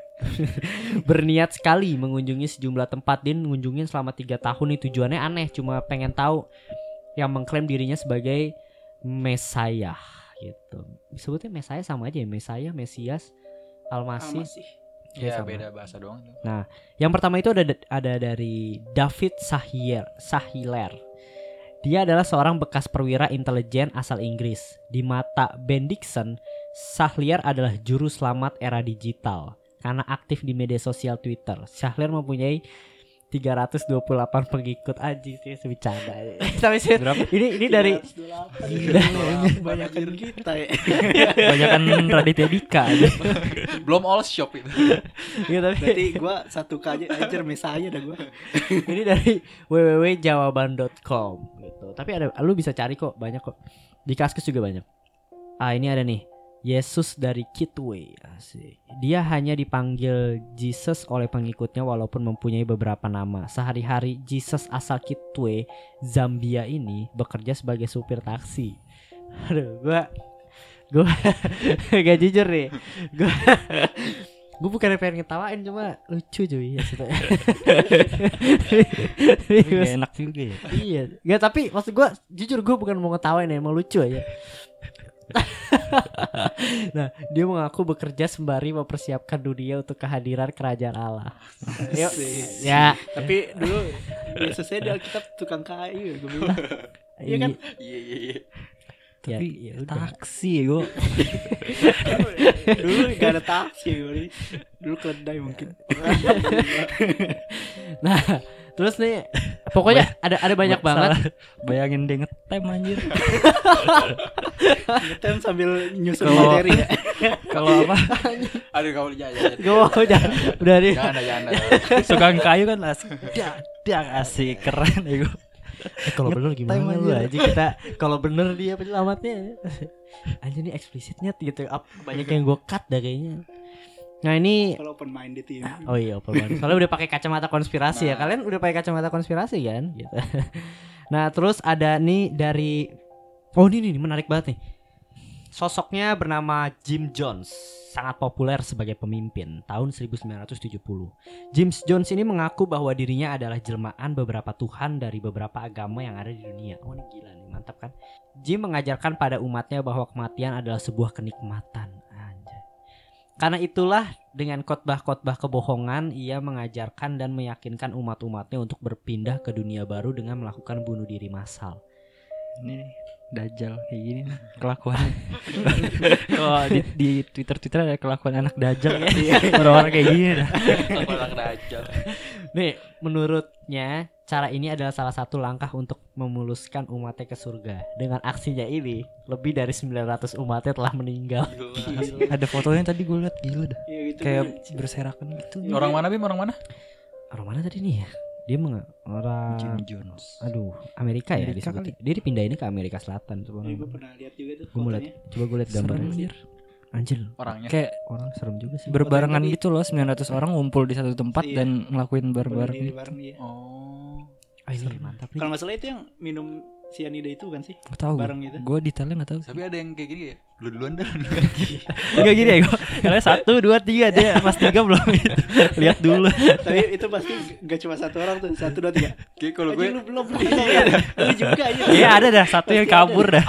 berniat sekali mengunjungi sejumlah tempat. Dia mengunjungi selama tiga tahun nih. Tujuannya aneh, cuma pengen tahu yang mengklaim dirinya sebagai Mesaya gitu. Disebutnya Mesaya sama aja ya, Mesaya, Mesias, Al-Masih. Masih. Ya sama. beda bahasa doang tuh. Yang pertama itu ada ada dari David Sahiler. Sahiler. Dia adalah seorang bekas perwira intelijen asal Inggris. Di mata Bendiksen, Sahiler adalah juru selamat era digital karena aktif di media sosial Twitter. Sahiler mempunyai tiga ratus dua puluh delapan pengikut aja sih bercanda. Tapi sih ini ini dari Banyakan kita ya. Banyakan Raditya Dika aja. Belum all shop itu. ya, tapi Berarti gue satu K aja anjir Mesaya dah gue. ini dari w w w jawaban dot com gitu. Tapi ada lu bisa cari kok, banyak kok. Di Kaskus juga banyak. Ah, ini ada nih. Yesus dari Kitwe. Asik. Dia hanya dipanggil Jesus oleh pengikutnya walaupun mempunyai beberapa nama. Sehari-hari Jesus asal Kitwe, Zambia ini bekerja sebagai supir taksi. Aduh, gua gua gak jujur nih. Gua Gue bukan pengen ngetawain, cuma lucu cuy ya. Tapi gak enak juga ya. Iya, gak, tapi maksud gue jujur gue bukan mau ngetawain ya, emang lucu aja. Nah, dia mengaku bekerja sembari mempersiapkan dunia untuk kehadiran kerajaan Allah. Yuk, ya. Tapi dulu biasanya di Alkitab tukang kayu gue bilang. Iya kan? Iya iya iya. Ya, Tapi ya udah. taksi ya gue. Dulu gak ada taksi gue. Dulu keledai mungkin. Nah, terus nih pokoknya ada ada banyak banget. Salah. Bayangin dia ngetem anjir. Ngetem sambil nyusun Kalau- materi ya. Kalau apa? Aduh kau jangan. Gue mau udah udah nih. Jangan jangan. Tukang kayu kan asik. Dak dak asik keren ya gue. Eh, kalau bener gimana lu aja kita kalau bener dia penyelamatnya. Aja nih eksplisitnya gitu. Up, banyak yang gue cut dah kayaknya. Nah ini Kalau open minded ini. oh iya open banget. Soalnya udah pakai kacamata konspirasi ya. Nah. Kalian udah pakai kacamata konspirasi kan gitu. Nah, terus ada nih dari oh ini nih menarik banget nih. Sosoknya bernama Jim Jones, sangat populer sebagai pemimpin tahun seribu sembilan ratus tujuh puluh. James Jones ini mengaku bahwa dirinya adalah jelmaan beberapa tuhan dari beberapa agama yang ada di dunia. Oh ini gila nih, mantap kan? Jim mengajarkan pada umatnya bahwa kematian adalah sebuah kenikmatan. Anjay. Karena itulah dengan khotbah-khotbah kebohongan ia mengajarkan dan meyakinkan umat-umatnya untuk berpindah ke dunia baru dengan melakukan bunuh diri massal. Ini nih, Dajjal kayak gini nih kelakuan. Kalau di, di Twitter Twitter ada kelakuan anak Dajjal ya. Orang-orang kayak gini dah. Orang Dajjal. Nih, menurutnya cara ini adalah salah satu langkah untuk memuluskan umatnya ke surga. Dengan aksinya ini, lebih dari sembilan ratus umatnya telah meninggal. Ada fotonya tadi gue liat gila dah. Iya gitu. Kayak kan. berserakan gitu. Orang mana Bim? Orang mana? Orang mana tadi nih ya? Dia meng orang Jim Jones. aduh, Amerika ya Amerika disebutnya. Dia dipindahinnya ke Amerika Selatan coba. Iya, gue pernah lihat juga tuh Gue mau lihat, fotonya. coba gue lihat Serem gambarnya. anjir. Anjir, Orangnya. Kayak orang serem juga sih. berbarengan Fotonya tadi- gitu loh, sembilan ratus orang ngumpul di satu tempat Iya. dan ngelakuin Bunuh bareng-bareng. diri bareng dia. Oh. Ah, ini mantap nih. Kalau nggak salah itu yang minum cyanida itu kan sih? Gak tahu. Bareng gitu. Gue detailnya gak tahu. Tapi ada yang kayak gini ya? Lu duluan dah. Enggak gini ya gue. Kalau satu, dua, tiga dia pas tiga belum gitu. Lihat dulu. Tapi itu pasti gak cuma satu orang tuh. Satu, dua, tiga. Kayak kalau Aja gue lu belum belum. Lu juga aja. Iya ada dah satu yang Pasti ada. kabur dah.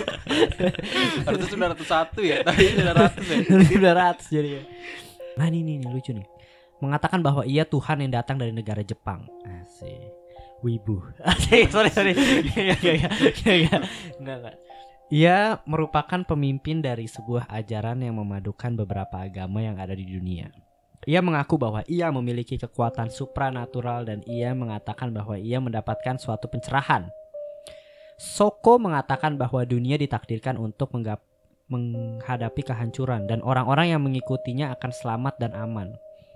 harusnya sembilan ratus satu ya, tapi sembilan ratus ya. sembilan ratus jadi ya. Nah ini nih, nih lucu nih. Mengatakan bahwa ia Tuhan yang datang dari negara Jepang. Asik. Wibu. Asik, sorry sorry. Enggak enggak enggak. Enggak enggak. Ia merupakan pemimpin dari sebuah ajaran yang memadukan beberapa agama yang ada di dunia. Ia mengaku bahwa ia memiliki kekuatan supranatural dan ia mengatakan bahwa ia mendapatkan suatu pencerahan. Soko mengatakan bahwa dunia ditakdirkan untuk menggap- menghadapi kehancuran dan orang-orang yang mengikutinya akan selamat dan aman.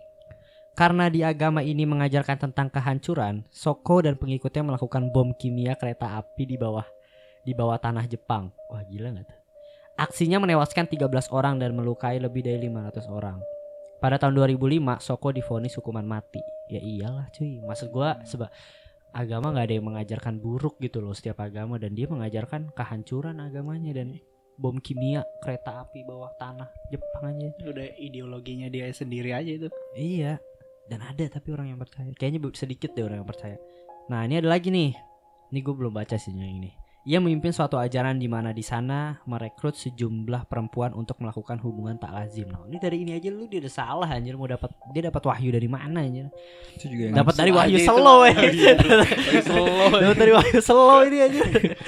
Karena di agama ini mengajarkan tentang kehancuran, Soko dan pengikutnya melakukan bom kimia kereta api di bawah di bawah tanah Jepang. Wah gila gak tuh? Aksinya menewaskan tiga belas orang dan melukai lebih dari lima ratus orang. Pada tahun dua ribu lima, Soko divonis hukuman mati. Ya iyalah cuy, maksud gua sebab agama gak ada yang mengajarkan buruk gitu loh, setiap agama, dan dia mengajarkan kehancuran agamanya dan bom kimia kereta api bawah tanah Jepang aja. Udah ideologinya dia sendiri aja itu. Iya, dan ada tapi orang yang percaya. Kayaknya bu- sedikit deh orang yang percaya. Nah ini ada lagi nih. Ini gue belum baca sih yang ini. Ia memimpin suatu ajaran di mana di sana merekrut sejumlah perempuan untuk melakukan hubungan tak lazim. Nah ini dari ini aja lu dia udah salah anjir, mau dapat dia dapat wahyu dari mana anjir? Itu juga yang Dapat dari wahyu aja itu. slow ya. slow. Dapat dari wahyu slow ini anjir.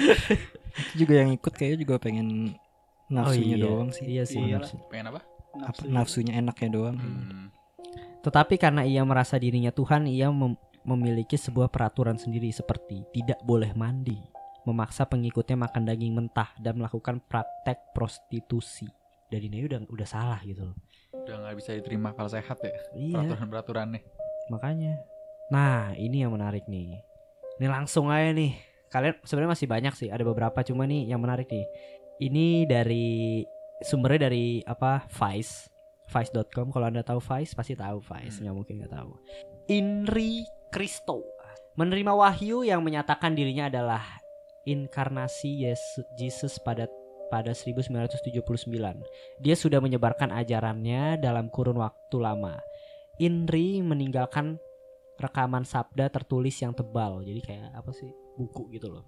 itu juga yang ikut kayaknya juga pengen nafsunya iya. doang sih. Iya sih. Iyalah. nafsu. Pengen apa? Apa, nafsunya enaknya doang. Hmm. Tetapi karena ia merasa dirinya Tuhan, ia mem- memiliki sebuah peraturan sendiri seperti tidak boleh mandi, memaksa pengikutnya makan daging mentah dan melakukan praktek prostitusi. Dari ini udah udah salah gitu loh. Udah nggak bisa diterima kalau sehat ya. Iya, Peraturan-peraturannya. makanya. Nah, ini yang menarik nih. Ini langsung aja nih. Kalian sebenarnya masih banyak sih, ada beberapa cuma nih yang menarik nih. Ini dari sumbernya dari apa? Vice. Vice dot com. Kalau Anda tahu Vice pasti tahu Vice, nggak mungkin nggak tahu. Inri Kristo menerima wahyu yang menyatakan dirinya adalah inkarnasi Yesus Jesus pada pada seribu sembilan ratus tujuh puluh sembilan. Dia sudah menyebarkan ajarannya dalam kurun waktu lama. Inri meninggalkan rekaman sabda tertulis yang tebal. Jadi kayak apa sih? Buku gitu loh.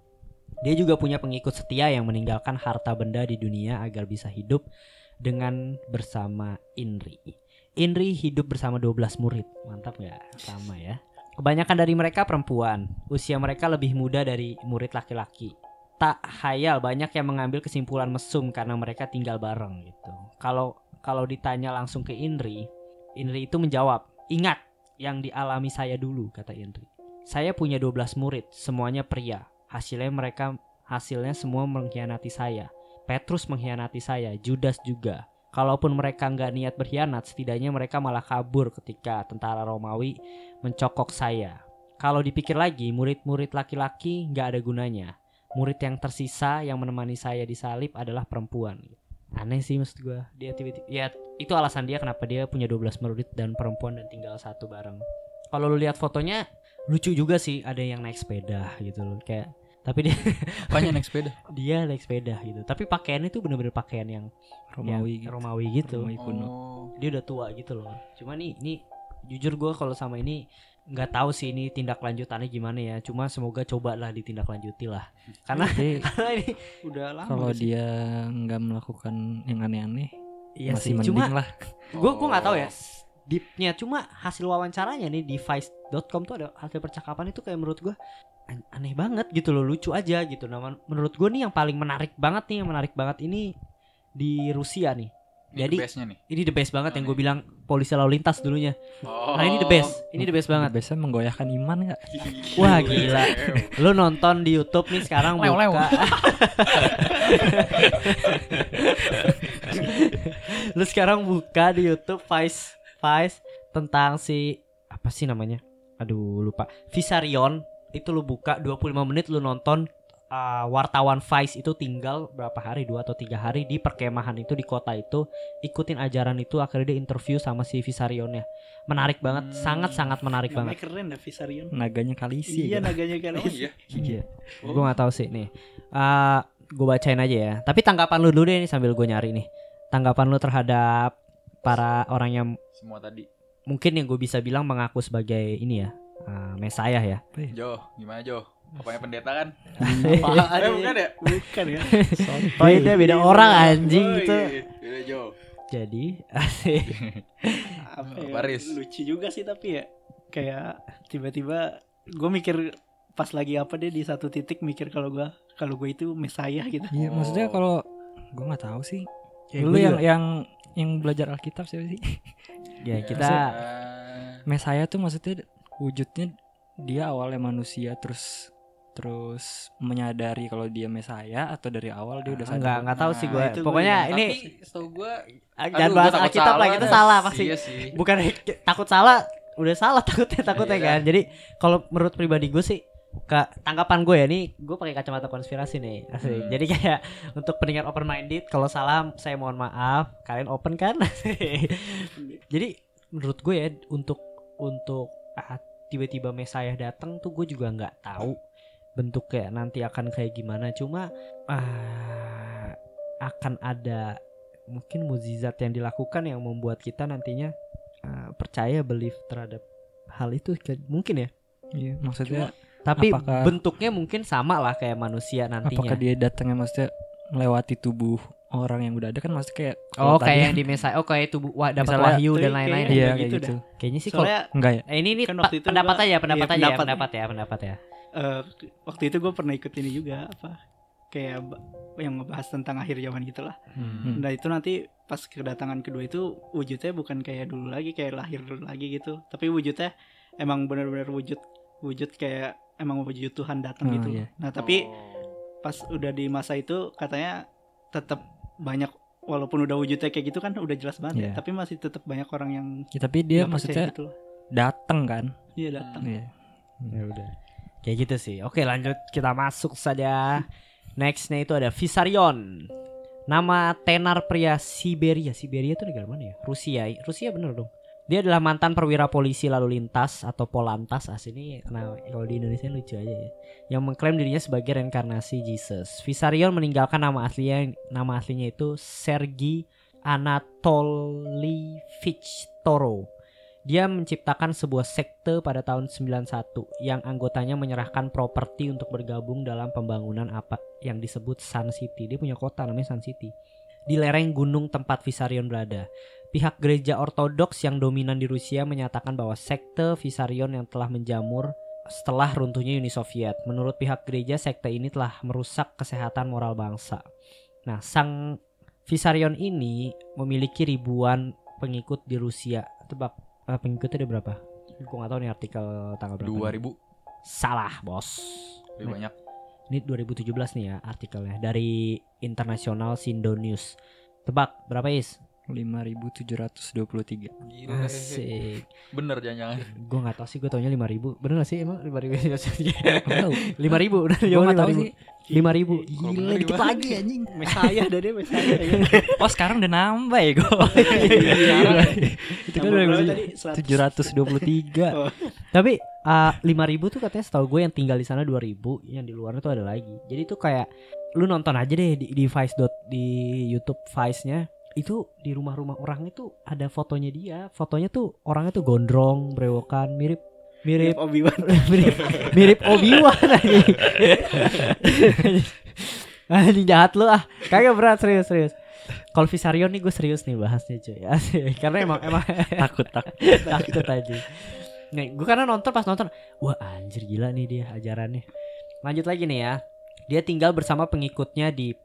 Dia juga punya pengikut setia yang meninggalkan harta benda di dunia agar bisa hidup dengan bersama Inri. Inri hidup bersama dua belas murid. Mantap gak? Sama ya. Kebanyakan dari mereka perempuan. Usia mereka lebih muda dari murid laki-laki. Tak hayal banyak yang mengambil kesimpulan mesum karena mereka tinggal bareng gitu. Kalau kalau ditanya langsung ke Inri, Inri itu menjawab, "Ingat yang dialami saya dulu," kata Inri. "Saya punya dua belas murid, semuanya pria. Hasilnya mereka hasilnya semua mengkhianati saya. Petrus mengkhianati saya, Judas juga. Kalaupun mereka nggak niat berkhianat, setidaknya mereka malah kabur ketika tentara Romawi mencokok saya. Kalau dipikir lagi, murid-murid laki-laki nggak ada gunanya. Murid yang tersisa yang menemani saya disalib adalah perempuan." Aneh sih maksud gue. Dia tiba-tiba, ya itu alasan dia kenapa dia punya dua belas murid dan perempuan dan tinggal satu bareng. Kalau lu lihat fotonya lucu juga sih, ada yang naik sepeda gitu loh, kayak tapi dia Apanya naik sepeda? dia naik sepeda gitu. Tapi pakaiannya itu bener-bener pakaian yang Romawi yang gitu. Romawi gitu. Romawi kuno. Oh. Dia udah tua gitu loh. Cuma nih, nih jujur gue kalau sama ini nggak tahu sih ini tindak lanjutannya gimana ya. Cuma semoga cobalah ditindaklanjuti lah. Karena Jadi karena ini Udah lama kalau gak sih? dia nggak melakukan yang aneh-aneh, iya masih sih. mending Cuma lah. gue gue nggak tahu ya Oh. deepnya. Cuma hasil wawancaranya nih di vice dot com tuh ada hasil percakapan itu kayak menurut gue an- aneh banget gitu loh, lucu aja gitu. Nah, men- menurut gue nih yang paling menarik banget nih, yang menarik banget ini di Rusia nih. Ini Jadi the best-nya nih. ini the best banget Oh, yang nih. gue bilang polisi lalu lintas dulunya. Oh. Nah ini the best, ini the best banget. Biasa menggoyahkan iman nggak? Wah, gila. Lu nonton di YouTube nih sekarang Lew, lew. buka. Lu sekarang buka di YouTube Vice Vice tentang si apa sih namanya? Aduh lupa. Visarion itu lu buka dua puluh lima menit lu nonton uh, wartawan Vice itu tinggal berapa hari, dua atau tiga hari di perkemahan itu di kota itu, ikutin ajaran itu, akhirnya dia interview sama si Visarionnya. Menarik banget, Hmm. sangat-sangat menarik Namanya banget. keren dah Visarion. Naganya Kalisi. Iya kan? naganya kali. Oh iya. Iya. Gue gak tahu sih nih. Uh, gue bacain aja ya. Tapi tanggapan lu dulu deh nih sambil gue nyari nih. Tanggapan lu terhadap para orang yang Semua tadi. mungkin yang gue bisa bilang mengaku sebagai ini ya, uh, Mesayah ya. Jo, gimana Jo? Apanya pendeta kan? Apaan Eh ya? bukan ya? Bukan ya. Oh ini beda orang anjing Oh, gitu. iya. Beda Jo. Jadi asik. Apa ya? Paris. Lucu juga sih tapi ya kayak tiba-tiba gue mikir pas lagi apa deh di satu titik mikir kalau gue kalau gue itu Mesayah gitu. Iya, Oh. maksudnya kalau gue nggak tahu sih. Ya, Lu gua yang juga. yang yang belajar Alkitab siapa sih? Ya kita Ah, Mesaya tuh maksudnya wujudnya dia awalnya manusia terus terus menyadari kalau dia Mesaya atau dari awal dia udah sadar. enggak enggak tahu sih gue. Nah, itu gua Pokoknya juga. ini tapi setahu gua jangan aduh, bahas gua takut Alkitab lah, kita dah. salah pasti. Iya sih. Bukan takut salah, udah salah takutnya takutnya Iya. kan. Jadi kalau menurut pribadi gue sih, ke tanggapan gue ya nih, gue pakai kacamata konspirasi nih. Asik. Hmm. Jadi kayak untuk pendengar open minded, kalau salah saya mohon maaf, kalian open kan? Asik. Jadi menurut gue ya untuk untuk ah, tiba-tiba Mesayah datang tuh gue juga nggak tahu bentuknya nanti akan kayak gimana. Cuma ah, akan ada mungkin mukjizat yang dilakukan yang membuat kita nantinya ah, percaya belief terhadap hal itu kan, mungkin ya. Iya, maksudnya Tapi Apakah- bentuknya mungkin sama lah kayak manusia nantinya. apakah dia datangnya maksudnya melewati tubuh orang yang udah ada kan maksudnya kayak Oh kalau tadi kayak yang kan- di Mesayah, oh kayak tubuh wah dapat Misalnya- wahyu dan Tapi lain-lain. kayak- Iya kayak kayak gitu gitu. Kayaknya sih kalau Soalnya enggak ya? eh, ini ini Kan pa- waktu itu pendapat gua- aja, pendapat iya, aja, ya, pendapat. pendapat ya, pendapat ya. Eh, waktu itu gue pernah ikut ini juga apa kayak ba- yang ngebahas tentang akhir zaman gitulah. Hmm. Nah itu nanti pas kedatangan kedua itu wujudnya bukan kayak dulu lagi kayak lahir dulu lagi gitu, tapi wujudnya emang benar-benar wujud wujud kayak emang wujud Tuhan datang Oh, gitu. iya. Nah tapi Oh. pas udah di masa itu katanya tetap banyak walaupun udah wujudnya kayak gitu kan udah jelas banget ya, Iya. tapi masih tetap banyak orang yang Ya, tapi dia nggak percaya maksudnya gitu loh. datang kan? Iya datang. Iya. Ya udah. Kayak gitu sih. Oke, lanjut kita masuk saja. Nextnya itu ada Visarion. Nama tenar pria Siberia. Siberia itu negara mana ya? Rusia. Rusia bener dong. Dia adalah mantan perwira polisi lalu lintas atau Polantas. As ini nah, kalau di Indonesia lucu aja ya. Yang mengklaim dirinya sebagai reinkarnasi Jesus. Visarion meninggalkan nama aslinya nama aslinya itu Sergei Anatolievich Toro Dia menciptakan sebuah sekte pada tahun sembilan puluh satu yang anggotanya menyerahkan properti untuk bergabung dalam pembangunan apa yang disebut Sun City. Dia punya kota namanya Sun City di lereng gunung tempat Vissarion berada. Pihak gereja ortodoks yang dominan di Rusia menyatakan bahwa sekte Vissarion yang telah menjamur setelah runtuhnya Uni Soviet. Menurut pihak gereja, sekte ini telah merusak kesehatan moral bangsa. Nah, sang Vissarion ini memiliki ribuan pengikut di Rusia. Tebak Uh, pengikutnya ada berapa? Gue gak tahu nih artikel tanggal berapa. dua ribu. Salah bos. Lebih banyak. Ini dua ribu tujuh belas nih ya artikelnya. Dari International Sindo News. Tebak berapa Is? lima ribu tujuh ratus dua puluh tiga. Gila. Asik. Bener jangan-jangan. Gue gak tahu sih, gue taunya lima ribu. Bener gak sih emang lima ribu? Tahu. lima ribu. Gue gak tahu sih. lima ribu. Kalau Gila, bener dikit gimana? lagi anjing. Mesaya dah dia Mesaya ya. Oh, sekarang udah nambah ya gue. Itu kan udah tadi tujuh ratus dua puluh tiga. Oh. Tapi uh, lima ribu tuh katanya setahu gue yang tinggal di sana dua ribu, yang di luarnya tuh ada lagi. Jadi tuh kayak lu nonton aja deh di, di Vice dot di YouTube Vice-nya. Itu di rumah-rumah orang itu ada fotonya dia. Fotonya tuh orangnya tuh gondrong, brewokan, mirip mirip Obi-Wan. mirip mirip Obi-Wan aja. Anjing jahat lu ah. Kagak berat, serius serius. Kalau Vissarion nih gue serius nih bahasnya cuy. Asik. Karena emang emang Takut takut. takut aja. Nih, gue karena nonton pas nonton, wah anjir gila nih dia ajarannya. Lanjut lagi nih ya. Dia tinggal bersama pengikutnya di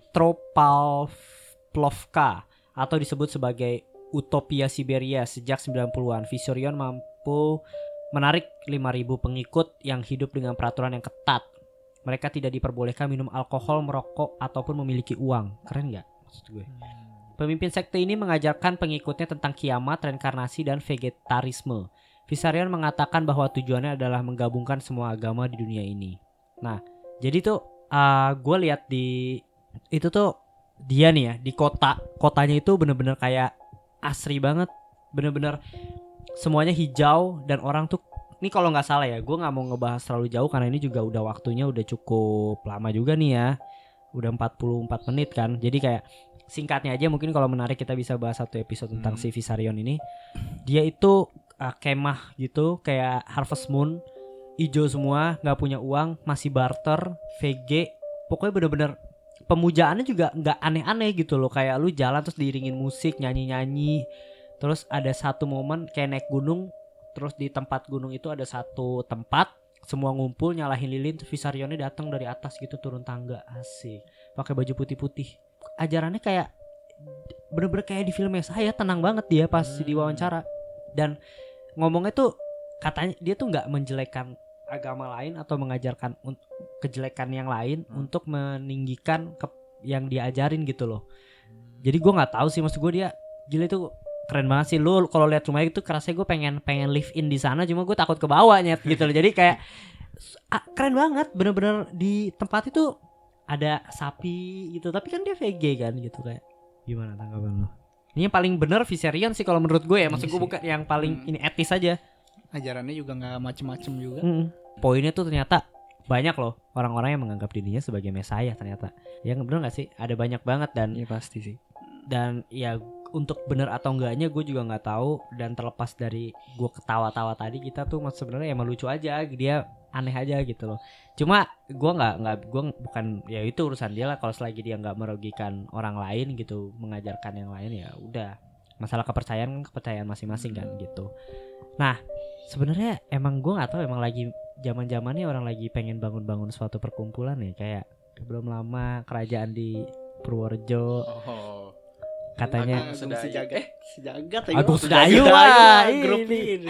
Petropavlovka atau disebut sebagai Utopia Siberia sejak sembilan puluhan. Vissarion mampu menarik lima ribu pengikut yang hidup dengan peraturan yang ketat. Mereka tidak diperbolehkan minum alkohol, merokok, ataupun memiliki uang. Keren gak? Maksud gue. Pemimpin sekte ini mengajarkan pengikutnya tentang kiamat, reinkarnasi, dan vegetarisme. Vissarion mengatakan bahwa tujuannya adalah menggabungkan semua agama di dunia ini. Nah, jadi tuh uh, gue lihat di itu tuh dia nih ya di kota, kotanya itu bener-bener kayak asri banget, bener-bener semuanya hijau dan orang tuh ini kalau nggak salah ya, gue nggak mau ngebahas terlalu jauh karena ini juga udah waktunya udah cukup lama juga nih ya, udah empat puluh empat menit kan, jadi kayak singkatnya aja mungkin kalau menarik kita bisa bahas satu episode tentang hmm. si Vissarion ini. Dia itu uh, kemah gitu kayak Harvest Moon, hijau semua, nggak punya uang, masih barter, V G, pokoknya bener-bener pemujaannya juga nggak aneh-aneh gitu loh, kayak lu jalan terus diiringin musik, nyanyi-nyanyi. Terus ada satu momen kayak naik gunung, terus di tempat gunung itu ada satu tempat semua ngumpul nyalahin lilin, terus Vissarionnya datang dari atas gitu turun tangga, asik, pakai baju putih-putih. Ajarannya kayak bener-bener kayak di filmnya saya, tenang banget dia pas hmm. diwawancara. Dan ngomongnya tuh katanya dia tuh nggak menjelekkan agama lain atau mengajarkan un- kejelekan yang lain hmm. untuk meninggikan ke- yang diajarin gitu loh. Jadi gue nggak tahu sih, maksud gue dia gila itu keren banget sih. Lu kalau lihat rumahnya itu kerasnya gue pengen pengen live in di sana, cuma gue takut ke bawah nyet gitu loh. Jadi kayak ah, keren banget, bener-bener di tempat itu ada sapi gitu, tapi kan dia V G kan gitu. Kayak gimana tanggapan lo? Ini yang paling bener Vissarion sih kalau menurut gue ya, maksud gue bukan yang paling hmm. ini etis aja. Ajarannya juga nggak macem-macem juga. Hmm. Poinnya tuh ternyata banyak loh orang-orang yang menganggap dirinya sebagai mesaya ternyata. Ya bener nggak sih? Ada banyak banget dan ya pasti sih. Dan ya untuk bener atau enggaknya gue juga nggak tahu. Dan terlepas dari gue ketawa-tawa tadi, kita tuh sebenarnya emang lucu aja, dia aneh aja gitu loh. Cuma gue nggak nggak gue bukan, ya itu urusan dia lah. Kalau selagi dia nggak merugikan orang lain gitu, mengajarkan yang lain, ya udah. Masalah kepercayaan kepercayaan masing-masing kan gitu. Nah sebenarnya emang gue nggak tahu, emang lagi zaman-zamannya orang lagi pengen bangun-bangun suatu perkumpulan ya, kayak belum lama kerajaan di Purworejo. Oh. Katanya Agung Sejagat, eh Sejagat ya. Agung Sedayu lah grup ini.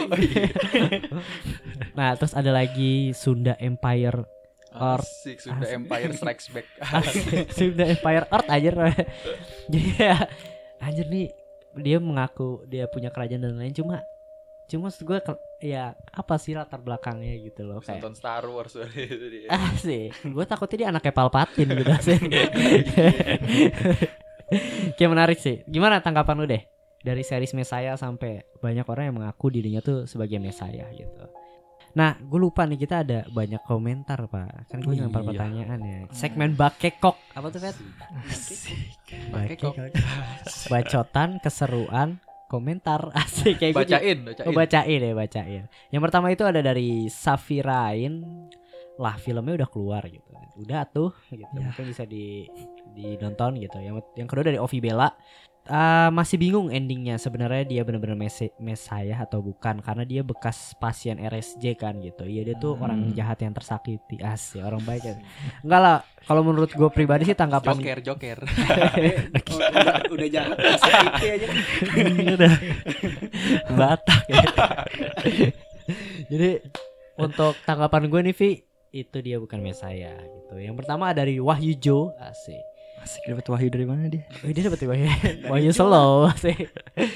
Nah terus ada lagi Sunda Empire Earth. Asik, Sunda Asik. Empire Strikes Back. Sunda Empire Earth aja. Jadi ya anjir nih, dia mengaku dia punya kerajaan dan lain, cuma cuma gue ya apa sih latar belakangnya gitu loh, kayak nonton Star Wars itu dia. Ah sih, gue takutnya dia anaknya Palpatine gitu sih. Kayak menarik sih. Gimana tanggapan lu deh dari series Mesaya sampai banyak orang yang mengaku dirinya tuh sebagai Mesaya gitu. Nah, gue lupa nih, kita ada banyak komentar pak. Kan gue iya. lempar pertanyaan ya. Segmen Bakekok apa tuh Fet? Bakekok. Bacotan, keseruan, komentar asik kayak gue. Bacain, bacain. Oh, bacain ya, bacain. Yang pertama itu ada dari Safirain. Lah filmnya udah keluar gitu. Udah tuh gitu. Ya. Mungkin bisa di dinonton gitu. Yang yang kedua dari Ovi Bella. Uh, masih bingung endingnya sebenarnya dia benar-benar mes- mesaya atau bukan karena dia bekas pasien R S J kan gitu. Iya dia tuh Hmm. orang jahat yang tersakiti. Asik, orang baik kan. Enggak lah, kalau menurut gue pribadi sih tanggapan Joker, Joker. Oh, udah, udah jahat sakit aja. Udah Batak ya. Jadi untuk tanggapan gue nih Vi, itu dia bukan mesaya gitu. Yang pertama dari Wahyu Jo, asik. Asik, dapat wahyu dari mana dia? Oh, dia dapat Wahyu. Wahyu Solo, asik.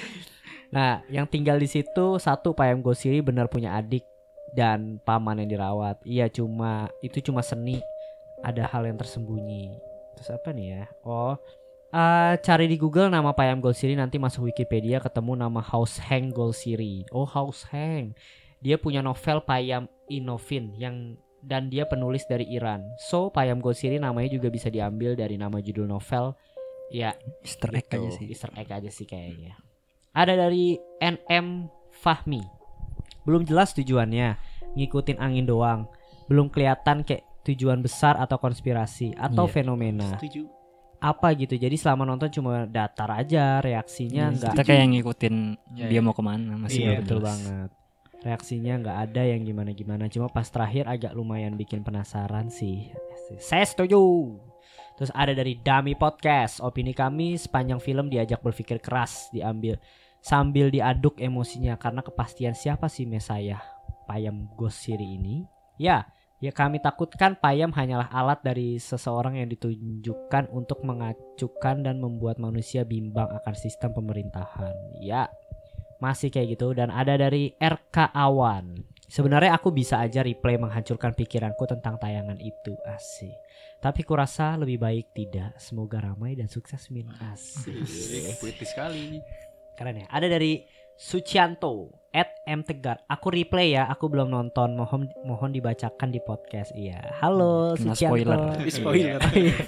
Nah, yang tinggal di situ satu Payam Gosiri benar punya adik dan paman yang dirawat. Iya, cuma itu cuma seni. Ada hal yang tersembunyi. Terus apa nih ya? Oh, uh, cari di Google nama Payam Gosiri, nanti masuk Wikipedia ketemu nama House Heng Golsiri. Oh, House Heng. Dia punya novel Payam Inovin yang dan dia penulis dari Iran. So, Payam Golsiri namanya juga bisa diambil dari nama judul novel. Ya, Easter egg gitu. aja sih. Easter egg aja sih kayaknya. Ada dari N M Fahmi. Belum jelas tujuannya, ngikutin angin doang. Belum kelihatan kayak tujuan besar atau konspirasi atau Iya. fenomena. Setuju. Apa gitu. Jadi selama nonton cuma datar aja, reaksinya Iya, enggak. kita kayak ngikutin Ya, dia ya. mau kemana masih Iya, belum betul jelas. banget. Reaksinya nggak ada yang gimana-gimana. Cuma pas terakhir agak lumayan bikin penasaran sih. Saya setuju. Terus ada dari Dami Podcast. Opini kami sepanjang film diajak berpikir keras, diambil sambil diaduk emosinya karena kepastian siapa sih mesaya Payam Gosiri ini. Ya, ya kami takutkan Payam hanyalah alat dari seseorang yang ditunjukkan untuk mengacukan dan membuat manusia bimbang akan sistem pemerintahan. Ya. Masih kayak gitu. Dan ada dari R K Awan. Sebenarnya aku bisa aja replay menghancurkan pikiranku tentang tayangan itu. Asik. Tapi kurasa lebih baik tidak. Semoga ramai dan sukses min. Asik. Puitis sekali. Keren ya. Ada dari Sucianto at M Tegar. Aku replay ya. Aku belum nonton. Mohon mohon dibacakan di podcast. Iya. Halo Kena Sucianto. spoiler. Spoiler.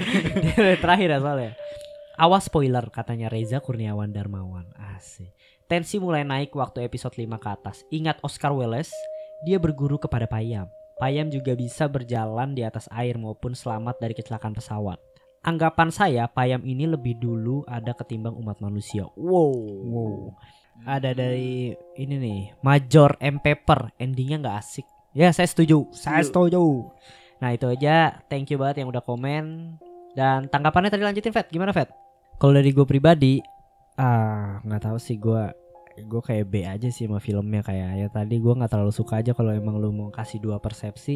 Dia terakhir ya soalnya. Awas spoiler katanya Reza Kurniawan Darmawan. Asik. Tensi mulai naik waktu episode lima ke atas. Ingat Oscar Wilde, dia berguru kepada Payam. Payam juga bisa berjalan di atas air maupun selamat dari kecelakaan pesawat. Anggapan saya Payam ini lebih dulu ada ketimbang umat manusia. Wow. Wow. Ada dari ini nih, Major M Pepper. Endingnya nggak asik. Ya saya setuju. Saya setuju. Nah itu aja. Thank you banget yang udah komen. Dan tanggapannya tadi lanjutin Fed. Gimana Fed? Kalau dari gue pribadi, ah nggak tahu sih gue gue kayak B aja sih sama filmnya. Kayak ya tadi gue nggak terlalu suka aja kalau emang lu mau kasih dua persepsi.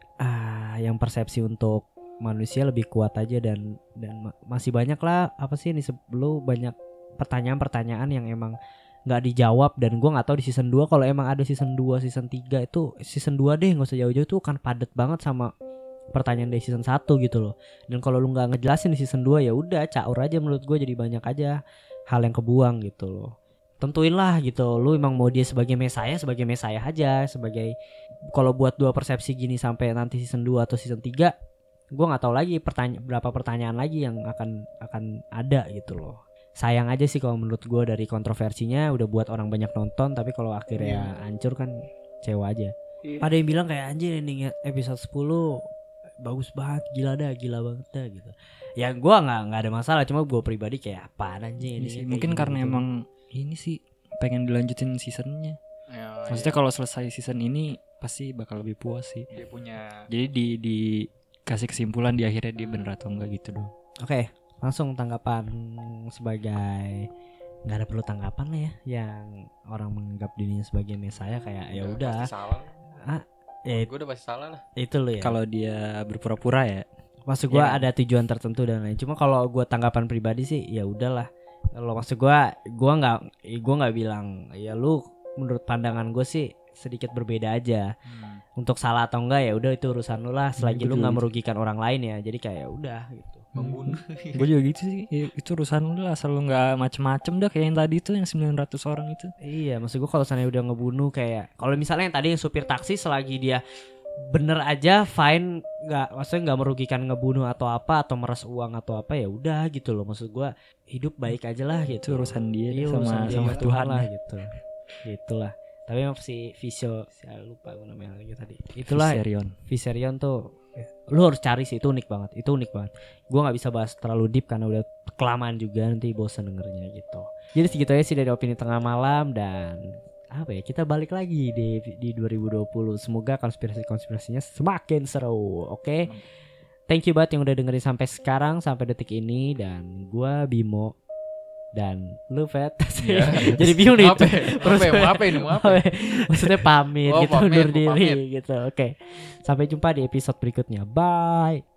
Ah yang persepsi untuk manusia lebih kuat aja dan dan ma- masih banyak lah apa sih ini lu banyak pertanyaan-pertanyaan yang emang nggak dijawab. Dan gue nggak tahu di season dua kalau emang ada season dua season tiga itu season dua deh nggak usah jauh-jauh tuh kan padet banget sama pertanyaan dari season satu gitu loh. Dan kalau lu nggak ngejelasin di season dua ya udah caur aja menurut gue, jadi banyak aja hal yang kebuang gitu loh. Tentuin lah gitu, lu emang mau dia sebagai mesaya, sebagai mesaya aja. Sebagai kalau buat dua persepsi gini sampai nanti season dua atau season tiga, gue nggak tahu lagi pertanya- berapa pertanyaan lagi yang akan akan ada gitu loh. Sayang aja sih kalau menurut gue dari kontroversinya udah buat orang banyak nonton, tapi kalau akhirnya hancur kan kecewa aja. Iya. Ada yang bilang kayak anjir ending episode sepuluh bagus banget, gila dah, gila banget dah gitu. Ya gue nggak nggak ada masalah, cuma gue pribadi kayak apaan anjing Ini ini. sih, kayak mungkin gini karena gitu. emang ini sih pengen dilanjutin seasonnya. Ya, Maksudnya kalau selesai season ini pasti bakal lebih puas sih. dia punya Jadi di dikasih kesimpulan di akhirnya dia bener atau enggak gitu dong. Oke, langsung tanggapan sebagai nggak ada perlu tanggapan lah ya, yang orang menganggap dirinya sebagai mesaya kayak ya udah. pasti salah. Ah, ya Gue udah pasti salah lah. itu loh ya. Kalau dia berpura-pura ya. Maksud gue Ya. ada tujuan tertentu dan lain. Cuma kalau gue tanggapan pribadi sih ya udahlah. Kalau maksud gue, gue nggak, gue nggak bilang ya lu menurut pandangan gue sih sedikit berbeda aja. Hmm. Untuk salah atau enggak ya udah itu urusan lu lah. Selagi gue lu juga nggak gitu. merugikan orang lain ya. Jadi kayak ya udah gitu. Membunuh. Gue juga gitu sih. Ya, itu urusan lu lah, asal lu nggak macem-macem dah kayak yang tadi itu yang sembilan ratus orang itu. Iya, maksud gue kalau sana udah ngebunuh kayak kalau misalnya yang tadi yang supir taksi selagi dia bener aja fine, nggak maksudnya nggak merugikan ngebunuh atau apa atau meres uang atau apa, ya udah gitu loh. Maksud gue hidup baik aja lah Itu gitu. urusan dia Iya, sama urusan dia sama sama Tuhan lah ya. gitu. Gitulah. Tapi emang si Visio, saya lupa gue namanya lagi tadi. Itulah Viserion. Viserion tuh lu harus cari sih, itu unik banget. Itu unik banget. Gue nggak bisa bahas terlalu deep karena udah kelamaan juga, nanti bosan dengernya gitu. Jadi segitu aja sih dari opini tengah malam, dan apa ya, kita balik lagi di di dua ribu dua puluh. Semoga konspirasi-konspirasinya semakin seru. Oke. Okay? Thank you banget yang udah dengerin sampai sekarang, sampai detik ini. Dan gua Bimo dan lu Fet. Ya. Jadi bingung nih. Apa ya? Apa ya? Mau apa ini? Mau apa? Maksudnya pamit Oh, gitu, pamit, undur mau diri pamit. gitu. Oke. Okay. Sampai jumpa di episode berikutnya. Bye.